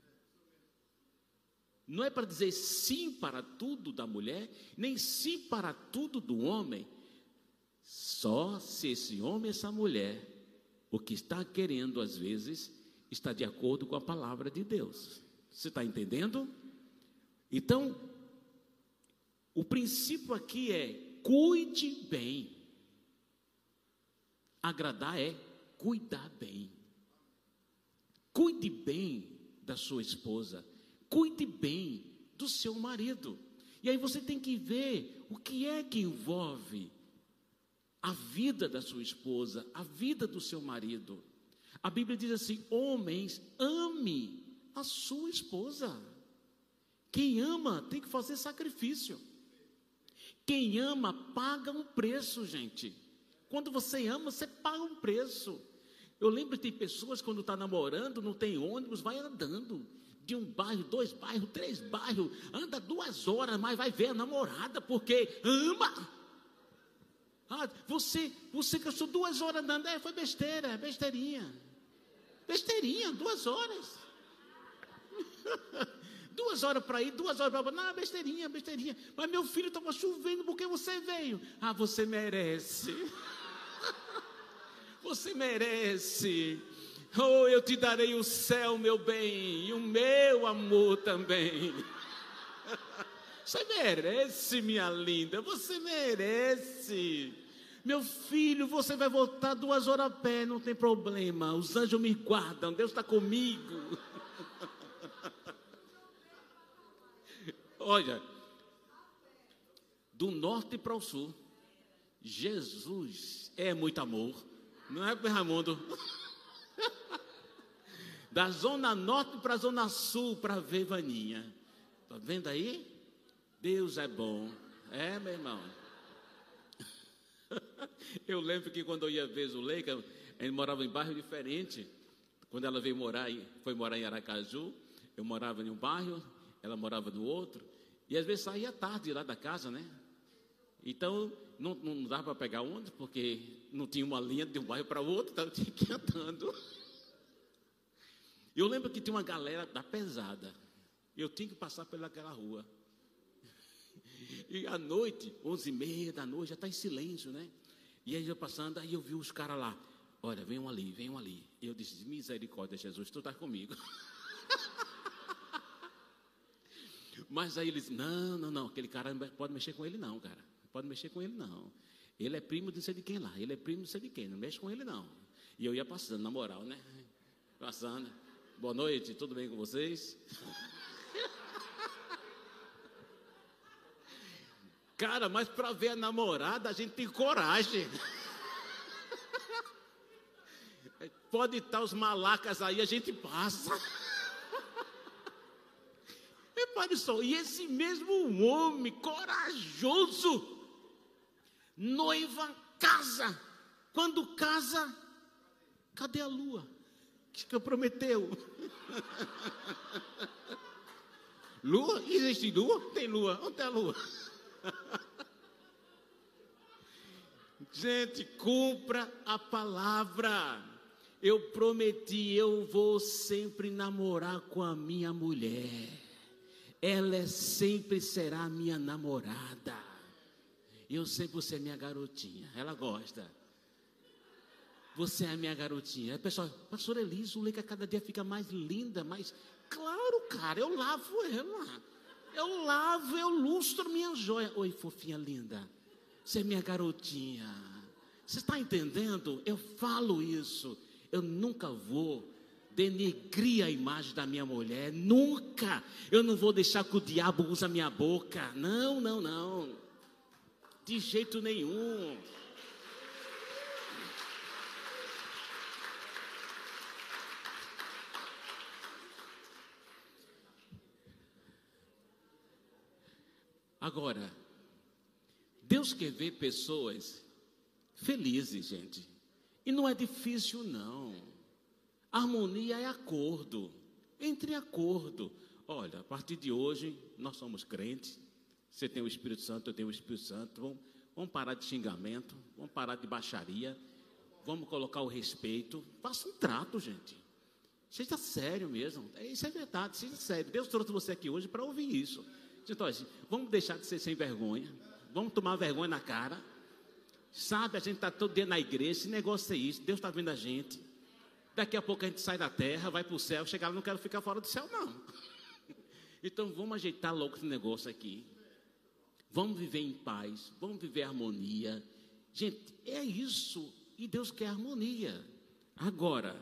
Não é para dizer sim para tudo da mulher, nem sim para tudo do homem. Só se esse homem e essa mulher O que está querendo, às vezes, está de acordo com a palavra de Deus. Você está entendendo? Então, o princípio aqui é: cuide bem. Agradar é cuidar bem. Cuide bem da sua esposa. Cuide bem do seu marido. E aí você tem que ver o que é que envolve a vida da sua esposa, a vida do seu marido. A Bíblia diz assim: homens, ame a sua esposa. Quem ama tem que fazer sacrifício. Quem ama paga um preço, gente. Quando você ama, você paga um preço. Eu lembro que tem pessoas, quando está namorando, não tem ônibus, vai andando de um bairro, dois bairros, três bairros, anda duas horas, mas vai ver a namorada, porque ama. Ah, você, você gastou duas horas andando, é, foi besteira, besteirinha. Besteirinha, duas horas. Duas horas para ir, duas horas para voltar. Não, besteirinha, besteirinha. Mas meu filho estava chovendo, porque você veio? Ah, você merece. Você merece. Oh, eu te darei o céu, meu bem, e o meu amor também. Você merece, minha linda, você merece. Meu filho, você vai voltar duas horas a pé, não tem problema. Os anjos me guardam, Deus está comigo. Olha, do norte para o sul, Jesus é muito amor, não é, Raimundo? Da zona norte para a zona sul, para ver Vaninha. Está vendo aí? Deus é bom. É, meu irmão. Eu lembro que quando eu ia ver Zuleika, ele morava em bairro diferente. Quando ela veio morar, foi morar em Aracaju, eu morava em um bairro, ela morava no outro. E às vezes saía tarde lá da casa, né? Então, não, não dava para pegar ônibus, porque não tinha uma linha de um bairro para o outro, então eu tinha que ir andando. Eu lembro que tinha uma galera da pesada. Eu tinha que passar pelaquela rua. E à noite, onze e meia da noite, já está em silêncio, né? E aí eu passando, aí eu vi os caras lá. Olha, venham ali, venham ali. E eu disse: misericórdia, Jesus, tu está comigo. Mas aí eles: não, não, não, aquele cara não pode mexer com ele não, cara. Não pode mexer com ele não. Ele é primo de não sei de quem lá. Ele é primo de não sei de quem, não mexe com ele não. E eu ia passando, na moral, né? Passando. Boa noite, tudo bem com vocês? Cara, mas para ver a namorada, a gente tem coragem. Pode estar os malacas aí, a gente passa. Repare só, e esse mesmo homem corajoso, noiva, casa. Quando casa, cadê a lua? Que prometeu. Lua? Existe lua? Tem lua. Onde é a lua? Gente, cumpra a palavra. Eu prometi, eu vou sempre namorar com a minha mulher. Ela é, sempre será minha namorada. Eu sempre vou ser minha garotinha. Ela gosta. Você é a minha garotinha. Aí, pessoal, pastor Elisa, o Leica cada dia fica mais linda, mais... Claro, cara, eu lavo ela. Eu lavo, eu lustro minha joia. Oi, fofinha linda. Você é minha garotinha. Você está entendendo? Eu falo isso. Eu nunca vou denegrir a imagem da minha mulher. Nunca. Eu não vou deixar que o diabo use a minha boca. Não, não, não. De jeito nenhum. Agora, Deus quer ver pessoas felizes, gente. E não é difícil, não. Harmonia é acordo. Entre em acordo. Olha, a partir de hoje, nós somos crentes. Você tem o Espírito Santo, eu tenho o Espírito Santo. Vamos, vamos parar de xingamento. Vamos parar de baixaria. Vamos colocar o respeito. Faça um trato, gente. Seja sério mesmo. Isso é verdade, seja sério. Deus trouxe você aqui hoje para ouvir isso. Então, vamos deixar de ser sem vergonha. Vamos tomar vergonha na cara. Sabe, a gente está todo dia na igreja, esse negócio é isso, Deus está vendo a gente. Daqui a pouco a gente sai da terra, vai para o céu, chegar lá, não quero ficar fora do céu, não. Então vamos ajeitar logo esse negócio aqui. Vamos viver em paz, vamos viver em harmonia. Gente, é isso, e Deus quer harmonia. Agora,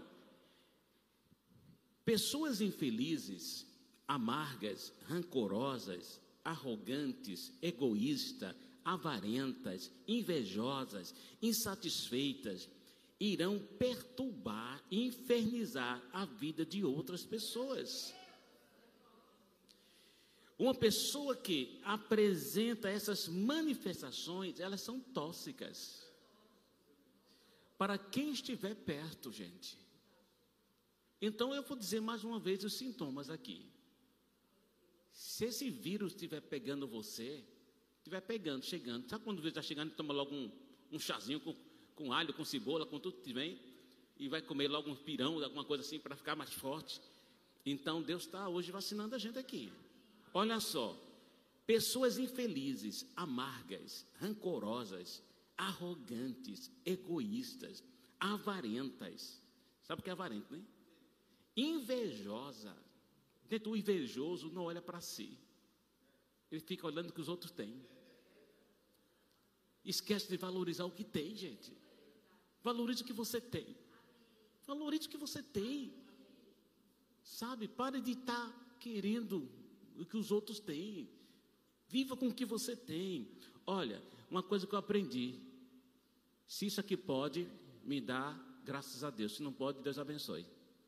pessoas infelizes, amargas, rancorosas, arrogantes, egoístas, avarentas, invejosas, insatisfeitas, irão perturbar e infernizar a vida de outras pessoas. Uma pessoa que apresenta essas manifestações, elas são tóxicas para quem estiver perto, gente. Então eu vou dizer mais uma vez os sintomas aqui. Se esse vírus estiver pegando você, estiver pegando, chegando, sabe quando o vírus está chegando, toma logo um, um chazinho com, com alho, com cebola, com tudo que vem, e vai comer logo um pirão, alguma coisa assim, para ficar mais forte. Então Deus está hoje vacinando a gente aqui. Olha só, pessoas infelizes, amargas, rancorosas, arrogantes, egoístas, avarentas. Sabe o que é avarento, né? Invejosa. Gente, o invejoso não olha para si. Ele fica olhando o que os outros têm. Esquece de valorizar o que tem, gente. Valorize o que você tem. Valorize o que você tem. Sabe, pare de estar querendo o que os outros têm. Viva com o que você tem. Olha, uma coisa que eu aprendi. Se isso aqui pode, me dá, graças a Deus. Se não pode, Deus abençoe.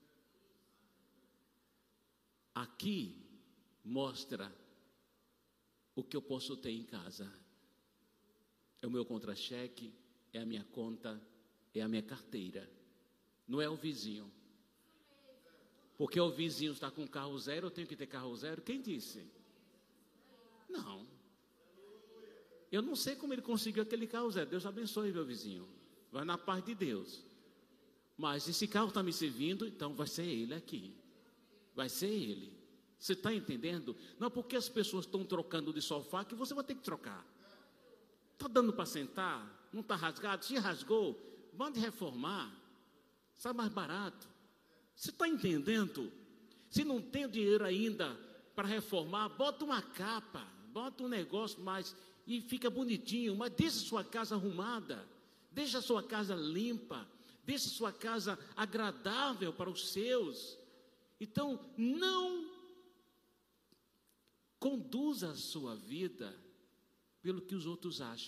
Aqui mostra o que eu posso ter em casa. É o meu contra-cheque, é a minha conta, é a minha carteira. Não é o vizinho. Porque o vizinho está com carro zero, eu tenho que ter carro zero? Quem disse? Não. Eu não sei como ele conseguiu aquele carro zero. Deus abençoe meu vizinho. Vai na paz de Deus. Mas esse carro está me servindo, então vai ser ele aqui. Vai ser ele. Você está entendendo? Não é porque as pessoas estão trocando de sofá que você vai ter que trocar. Está dando para sentar? Não está rasgado? Se rasgou, mande reformar. Sai mais barato. Você está entendendo? Se não tem dinheiro ainda para reformar, bota uma capa, bota um negócio mais e fica bonitinho, mas deixa a sua casa arrumada, deixa a sua casa limpa, deixa a sua casa agradável para os seus. Então, não conduza a sua vida pelo que os outros acham.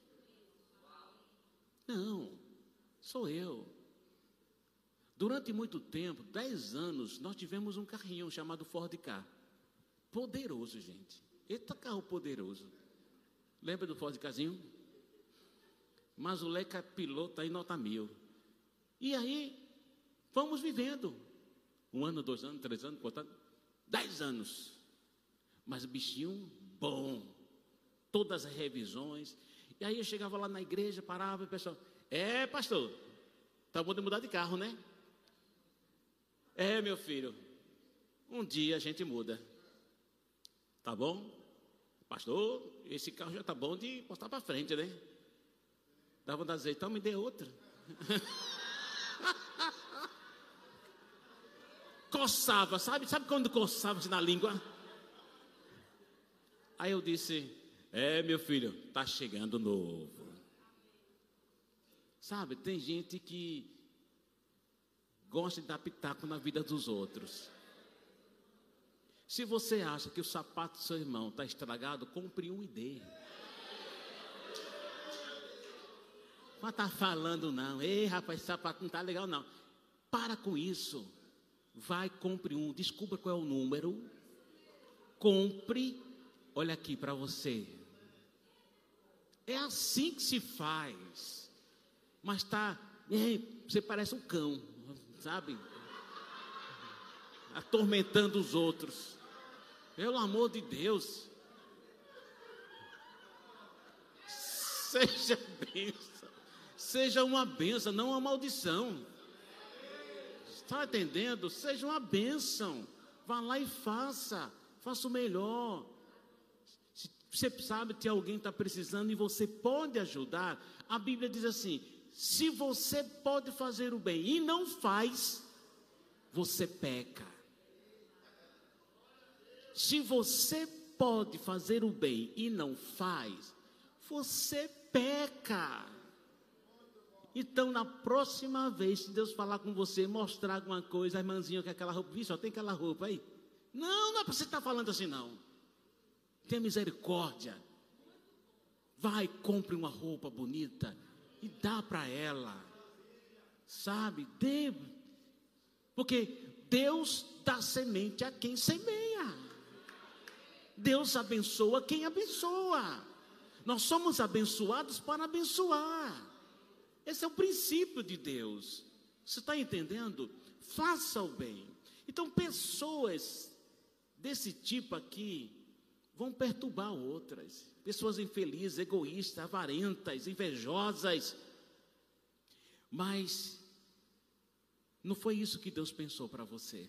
Não, sou eu. Durante muito tempo, dez anos, nós tivemos um carrinho chamado Ford Ka. Poderoso, gente. Eita carro poderoso. Lembra do Ford Kazinho? Mas o Leca piloto aí nota mil. E aí, vamos vivendo. Um ano, dois anos, três anos, quatro anos, dez anos. Mas bichinho bom. Todas as revisões. E aí eu chegava lá na igreja, parava e o pessoal, é pastor, tá bom de mudar de carro, né? É, meu filho, um dia a gente muda. Tá bom? Pastor, esse carro já tá bom de postar para frente, né? Dá vontade de dizer, então me dê outra. Coçava, sabe? Sabe quando coçava-se na língua? Aí eu disse, é, meu filho, tá chegando novo. Sabe, tem gente que gosta de dar pitaco na vida dos outros. Se você acha que o sapato do seu irmão está estragado, compre um e dê. Não está falando não. Ei, rapaz, esse sapato não está legal não. Para com isso. Vai, compre um. Descubra qual é o número. Compre. Olha aqui para você. É assim que se faz. Mas tá, ei, você parece um cão, sabe? Atormentando os outros. Pelo amor de Deus. Seja bênção. Seja uma bênção, não uma maldição. Está entendendo? Seja uma bênção. Vá lá e faça. Faça o melhor. Você sabe que alguém está precisando e você pode ajudar. A Bíblia diz assim: se você pode fazer o bem e não faz, você peca. Se você pode fazer o bem e não faz, você peca. Então, na próxima vez, se Deus falar com você, mostrar alguma coisa, a irmãzinha com aquela roupa, viu, só tem aquela roupa aí. Não, não é para você estar falando assim, não. Tenha misericórdia. Vai, compre uma roupa bonita e dá para ela. Sabe, dê. Porque Deus dá semente a quem semeia. Deus abençoa quem abençoa. Nós somos abençoados para abençoar. Esse é o princípio de Deus. Você está entendendo? Faça o bem. Então, pessoas desse tipo aqui vão perturbar outras. Pessoas infelizes, egoístas, avarentas, invejosas. Mas não foi isso que Deus pensou para você.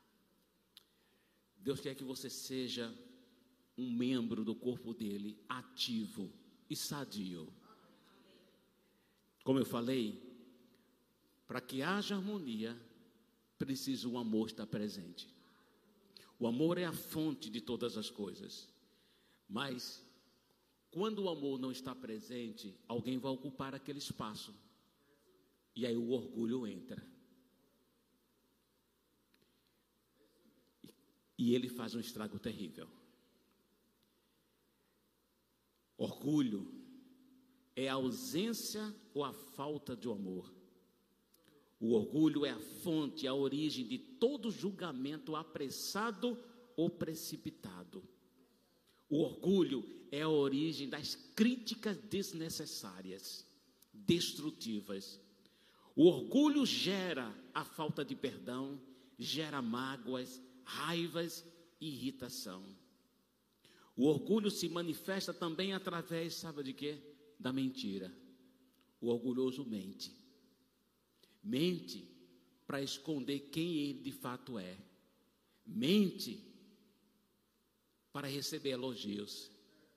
Deus quer que você seja um membro do corpo dele, ativo e sadio. Como eu falei, para que haja harmonia, precisa o amor estar presente. O amor é a fonte de todas as coisas. Mas, quando o amor não está presente, alguém vai ocupar aquele espaço. E aí o orgulho entra. E ele faz um estrago terrível. Orgulho é a ausência ou a falta de amor. O orgulho é a fonte, a origem de todo julgamento apressado ou precipitado. O orgulho é a origem das críticas desnecessárias, destrutivas. O orgulho gera a falta de perdão, gera mágoas, raivas e irritação. O orgulho se manifesta também através, sabe de quê? Da mentira. O orgulhoso mente. Mente para esconder quem ele de fato é. Mente para receber elogios.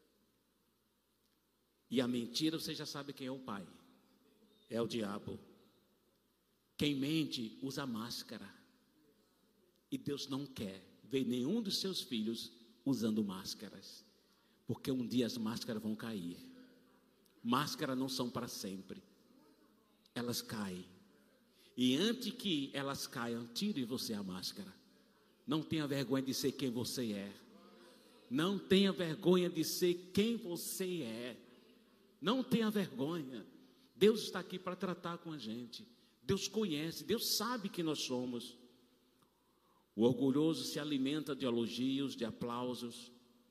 E a mentira, você já sabe quem é o pai. É o diabo. Quem mente usa máscara. E Deus não quer ver nenhum dos seus filhos usando máscaras. Porque um dia as máscaras vão cair. Máscaras não são para sempre. Elas caem. E antes que elas caiam, tire você a máscara. Não tenha vergonha de ser quem você é. Não tenha vergonha de ser quem você é. Não tenha vergonha. Deus está aqui para tratar com a gente. Deus conhece, Deus sabe que nós somos. O orgulhoso se alimenta de elogios, de aplausos.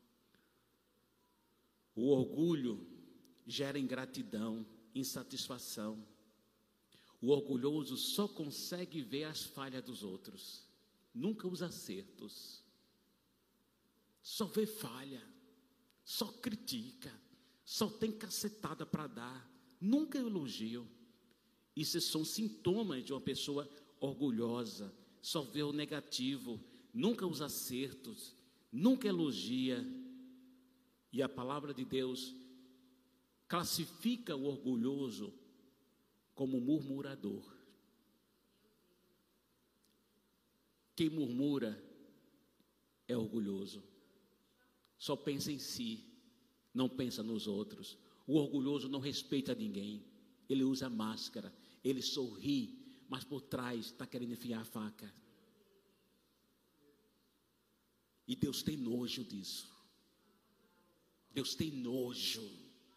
O orgulho gera ingratidão, insatisfação. O orgulhoso só consegue ver as falhas dos outros, nunca os acertos. Só vê falha, só critica, só tem cacetada para dar, nunca elogio. Isso são sintomas de uma pessoa orgulhosa. Só vê o negativo, nunca os acertos, nunca elogia. E a palavra de Deus classifica o orgulhoso como murmurador. Quem murmura é orgulhoso. Só pensa em si, não pensa nos outros. O orgulhoso não respeita ninguém. Ele usa máscara, ele sorri, mas por trás está querendo enfiar a faca. E Deus tem nojo disso. Deus tem nojo.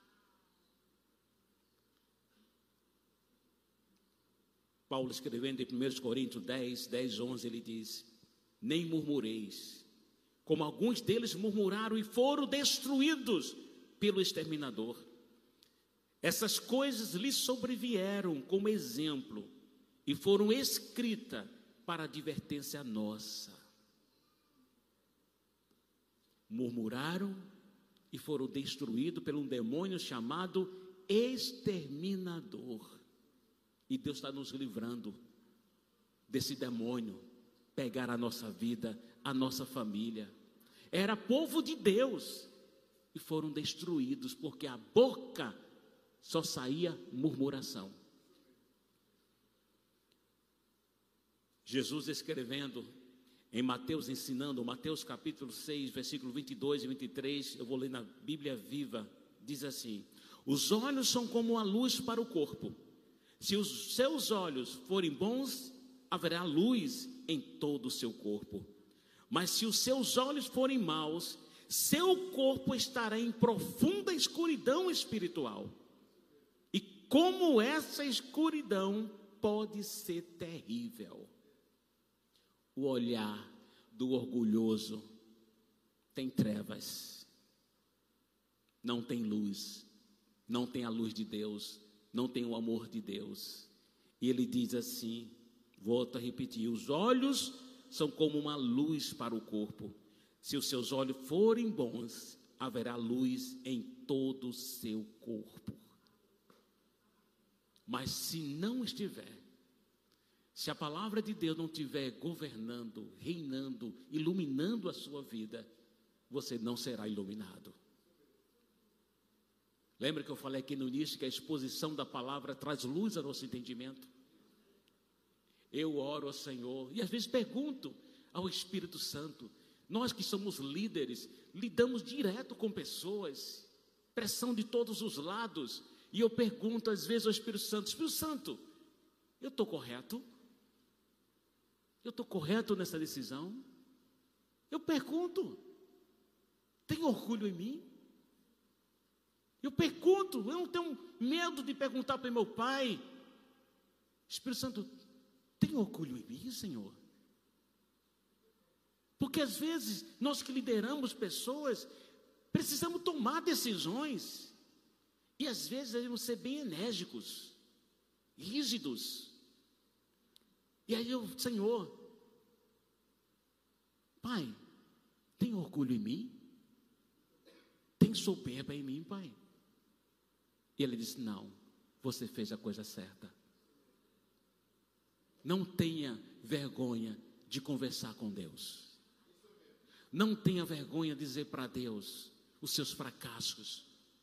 Paulo escrevendo em primeira Coríntios dez, dez, onze, ele diz: nem murmureis, como alguns deles murmuraram e foram destruídos pelo exterminador. Essas coisas lhes sobrevieram como exemplo e foram escritas para advertência nossa. Murmuraram e foram destruídos por um demônio chamado exterminador. E Deus está nos livrando desse demônio pegar a nossa vida, a nossa família. Era povo de Deus e e foram destruídos, porque a boca só saía murmuração. Jesus escrevendo em Mateus, ensinando, Mateus capítulo seis, versículo vinte e dois e vinte e três, eu vou ler na Bíblia Viva, diz assim: os olhos são como a luz para o corpo. Se os seus olhos forem bons, haverá luz em todo o seu corpo. Mas se os seus olhos forem maus, seu corpo estará em profunda escuridão espiritual. E como essa escuridão pode ser terrível. O olhar do orgulhoso tem trevas, não tem luz, não tem a luz de Deus, não tem o amor de Deus. E ele diz assim, volto a repetir: os olhos são como uma luz para o corpo. Se os seus olhos forem bons, haverá luz em todo o seu corpo. Mas se não estiver, se a palavra de Deus não estiver governando, reinando, iluminando a sua vida, você não será iluminado. Lembra que eu falei aqui no início que a exposição da palavra traz luz ao nosso entendimento? Eu oro ao Senhor e às vezes pergunto ao Espírito Santo. Nós que somos líderes, lidamos direto com pessoas, pressão de todos os lados. E eu pergunto às vezes ao Espírito Santo: Espírito Santo, eu estou correto? Eu estou correto nessa decisão? Eu pergunto: tem orgulho em mim? Eu pergunto, eu não tenho medo de perguntar para meu pai: Espírito Santo, tem orgulho em mim, Senhor? Porque às vezes, nós que lideramos pessoas, precisamos tomar decisões, e às vezes devemos ser bem enérgicos, rígidos. E aí eu, Senhor, Pai, tem orgulho em mim? Tem soberba em mim, Pai? E ele disse: não, você fez a coisa certa. Não tenha vergonha de conversar com Deus. Não tenha vergonha de dizer para Deus os seus fracassos,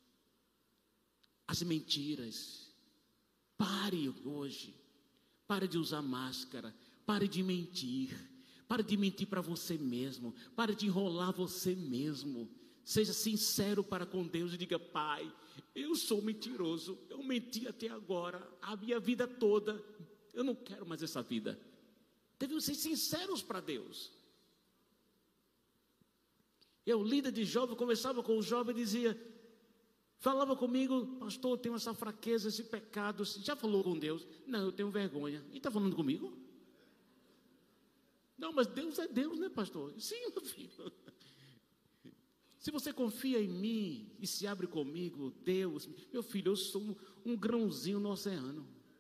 as mentiras. Pare hoje, pare de usar máscara, pare de mentir, pare de mentir para você mesmo, pare de enrolar você mesmo. Seja sincero para com Deus e diga: Pai, eu sou mentiroso, eu menti até agora, a minha vida toda, eu não quero mais essa vida. Devemos ser sinceros para Deus. Eu, líder de jovem, conversava com o jovem e dizia, falava comigo: pastor, eu tenho essa fraqueza, esse pecado. Já falou com Deus? Não, eu tenho vergonha. E está falando comigo? Não, mas Deus é Deus, né, pastor? Sim, meu filho. Se você confia em mim e se abre comigo, Deus, meu filho, eu sou um, um grãozinho no oceano.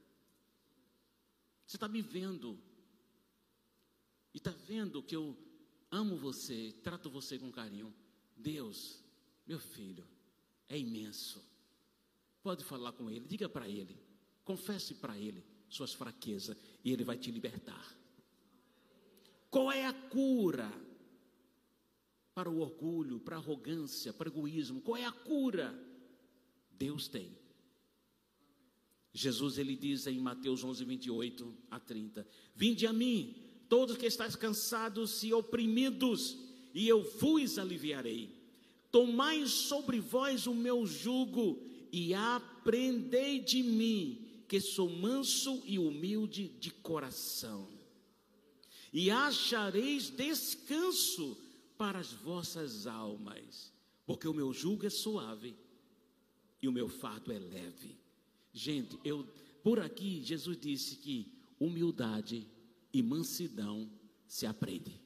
Você está me vendo. E está vendo que eu amo você, trato você com carinho. Deus, meu filho, é imenso. Pode falar com Ele, diga para Ele, confesse para Ele suas fraquezas e Ele vai te libertar. Qual é a cura para o orgulho, para a arrogância, para o egoísmo? Qual é a cura? Deus tem. Jesus, ele diz em Mateus onze, vinte e oito a trinta: vinde a mim, todos que estáis cansados e oprimidos, e eu vos aliviarei. Tomai sobre vós o meu jugo e aprendei de mim, que sou manso e humilde de coração, e achareis descanso para as vossas almas, porque o meu jugo é suave e o meu fardo é leve. Gente, eu, por aqui Jesus disse que humildade e mansidão se aprende.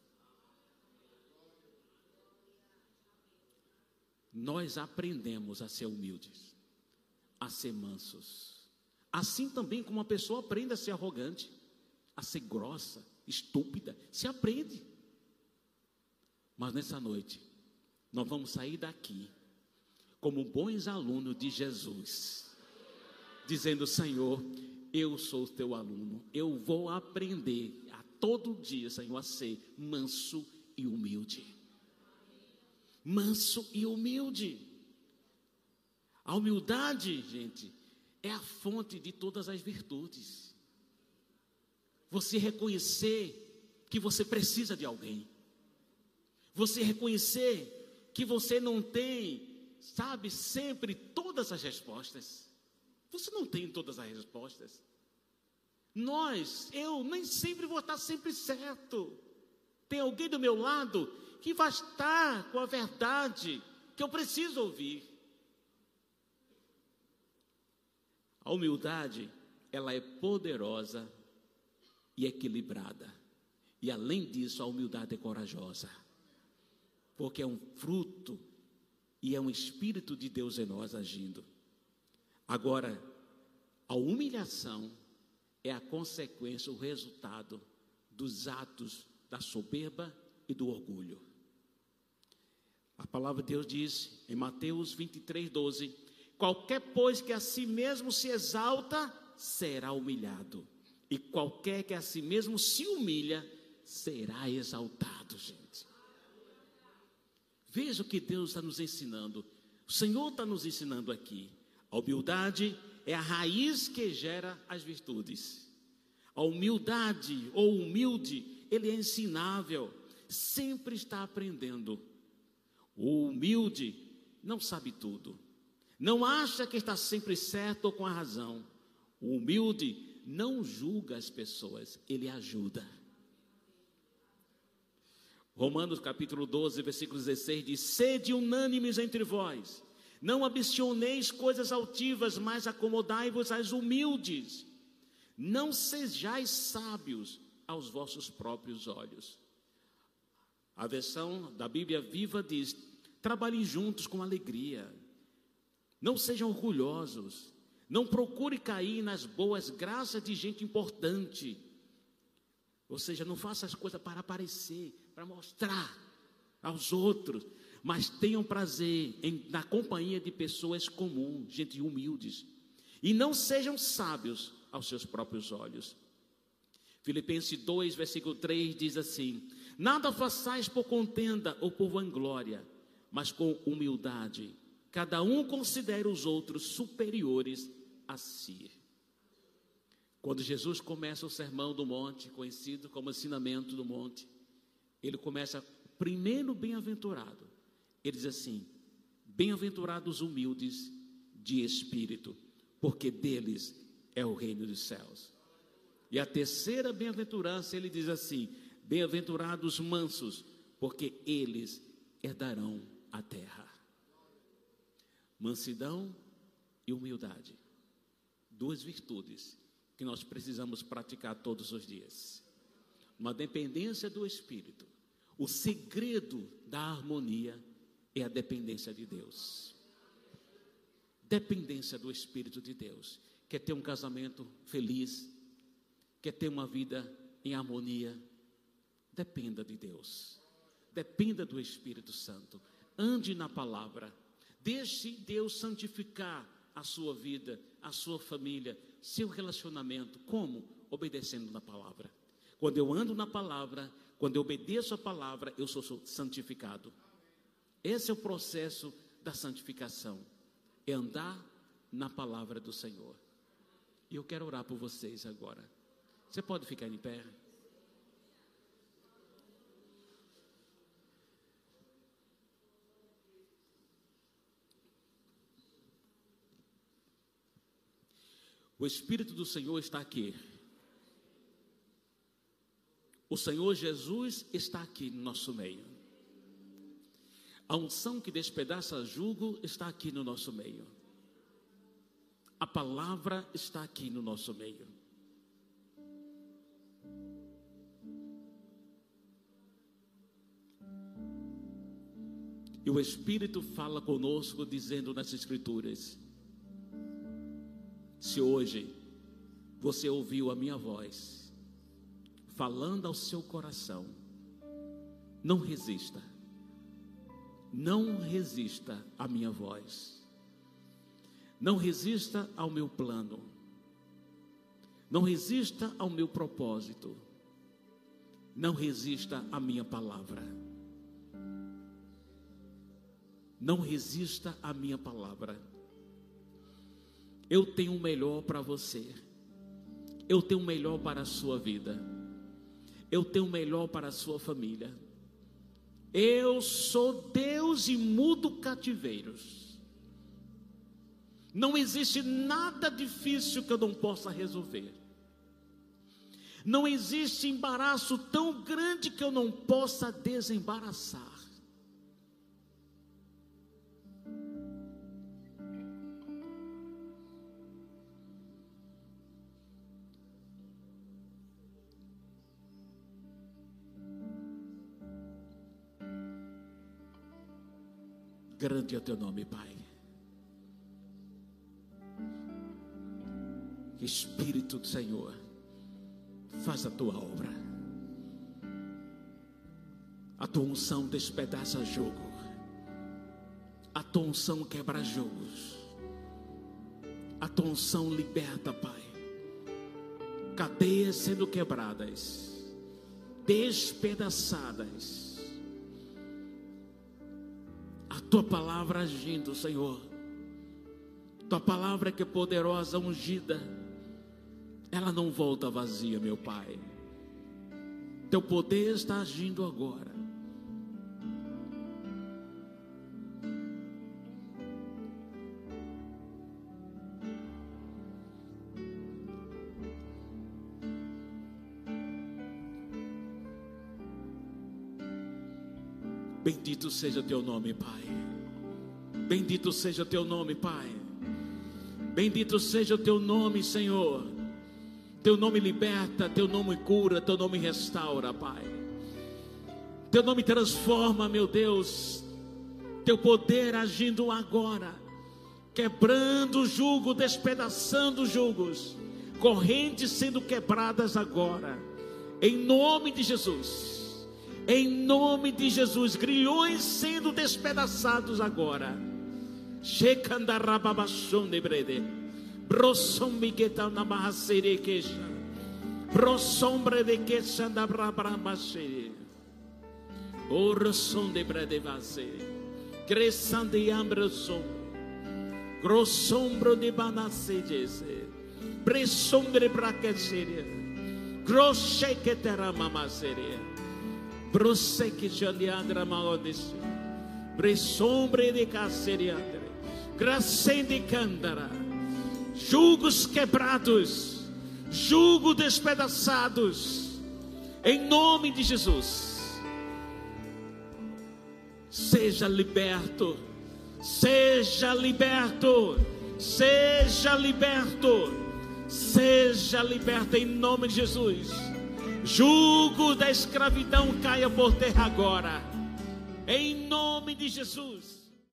Nós aprendemos a ser humildes, a ser mansos. Assim também como uma pessoa aprende a ser arrogante, a ser grossa, estúpida, se aprende. Mas nessa noite, nós vamos sair daqui como bons alunos de Jesus, dizendo: Senhor, eu sou o teu aluno, eu vou aprender a todo dia, Senhor, a ser manso e humilde. manso e humilde. A humildade, gente, é a fonte de todas as virtudes. Você reconhecer que você precisa de alguém. Você reconhecer que você não tem, sabe, sempre todas as respostas. Você não tem todas as respostas. Nós, eu nem sempre vou estar sempre certo. Tem alguém do meu lado que vai estar com a verdade que eu preciso ouvir. A humildade, ela é poderosa e equilibrada. E além disso, a humildade é corajosa. Porque é um fruto e é um Espírito de Deus em nós agindo. Agora, a humilhação é a consequência, o resultado dos atos da soberba e do orgulho. A palavra de Deus diz em Mateus vinte e três, doze: qualquer, pois, que a si mesmo se exalta, será humilhado. E qualquer que a si mesmo se humilha, será exaltado, gente. Veja o que Deus está nos ensinando. O Senhor está nos ensinando aqui. A humildade é a raiz que gera as virtudes. A humildade, ou humilde, ele é ensinável, sempre está aprendendo. O humilde não sabe tudo, não acha que está sempre certo ou com a razão. O humilde não julga as pessoas, ele ajuda. Romanos capítulo doze, versículo dezesseis diz: sede unânimes entre vós, não ambicioneis coisas altivas, mas acomodai-vos às humildes. Não sejais sábios aos vossos próprios olhos. A versão da Bíblia Viva diz: trabalhem juntos com alegria. Não sejam orgulhosos. Não procure cair nas boas graças de gente importante. Ou seja, não faça as coisas para aparecer, para mostrar aos outros, mas tenham prazer em, na companhia de pessoas comuns, gente humildes. E não sejam sábios aos seus próprios olhos. Filipenses dois, versículo três diz assim: nada façais por contenda ou por vanglória, mas com humildade. Cada um considere os outros superiores a si. Quando Jesus começa o sermão do monte, conhecido como ensinamento do monte, ele começa primeiro bem-aventurado. Ele diz assim: bem-aventurados humildes de espírito, porque deles é o reino dos céus. E a terceira bem-aventurança, ele diz assim: bem-aventurados mansos, porque eles herdarão a terra. Mansidão e humildade, duas virtudes que nós precisamos praticar todos os dias. Uma dependência do Espírito. O segredo da harmonia é a dependência de Deus. Dependência do Espírito de Deus. Quer ter um casamento feliz? Quer ter uma vida em harmonia? Dependa de Deus. Dependa do Espírito Santo. Ande na palavra. Deixe Deus santificar a sua vida, a sua família, seu relacionamento. Como? Obedecendo na palavra. Quando eu ando na palavra, quando eu obedeço a palavra, eu sou santificado. Esse é o processo da santificação. É andar na palavra do Senhor. E eu quero orar por vocês agora. Você pode ficar em pé? O Espírito do Senhor está aqui. O Senhor Jesus está aqui no nosso meio. A unção que despedaça jugo está aqui no nosso meio. A palavra está aqui no nosso meio. E o Espírito fala conosco dizendo nas Escrituras: se hoje você ouviu a minha voz falando ao seu coração, não resista, não resista à minha voz, não resista ao meu plano, não resista ao meu propósito, não resista à minha palavra. Não resista à minha palavra. Eu tenho o melhor para você. Eu tenho o melhor para a sua vida. Eu tenho o melhor para a sua família. Eu sou Deus e mudo cativeiros. Não existe nada difícil que eu não possa resolver. Não existe embaraço tão grande que eu não possa desembaraçar. Grande é o teu nome, Pai. Espírito do Senhor, faz a tua obra. A tua unção despedaça jugo. A tua unção quebra jugos. A tua unção liberta, Pai. Cadeias sendo quebradas, despedaçadas. A tua palavra agindo, Senhor. Tua palavra que é poderosa, ungida, ela não volta vazia, meu Pai. Teu poder está agindo agora. Bendito seja teu nome, Pai. Bendito seja teu nome, Pai. Bendito seja o teu nome, Senhor. Teu nome liberta, teu nome cura, teu nome restaura, Pai. Teu nome transforma, meu Deus. Teu poder agindo agora, quebrando o jugo, despedaçando os jugos, correntes sendo quebradas agora, em nome de Jesus. Em nome de Jesus, grilhões sendo despedaçados agora. Shekandarababashonde brede. Brosombigueta na mahasere queixa. Brosombre de queixa da brabrabashere. Orosonde brede vase. Crescande ambro som. Grossombro de banacegese. Presombre braqueceria. Grosseketera mamaseria. Prosseque chaleandra maodesse, bresombre de caceriandre, gracende candara, julgos quebrados, julgo despedaçados, em nome de Jesus. Seja liberto, seja liberto, seja liberto, seja liberto em nome de Jesus. Jugo da escravidão caia por terra agora, em nome de Jesus.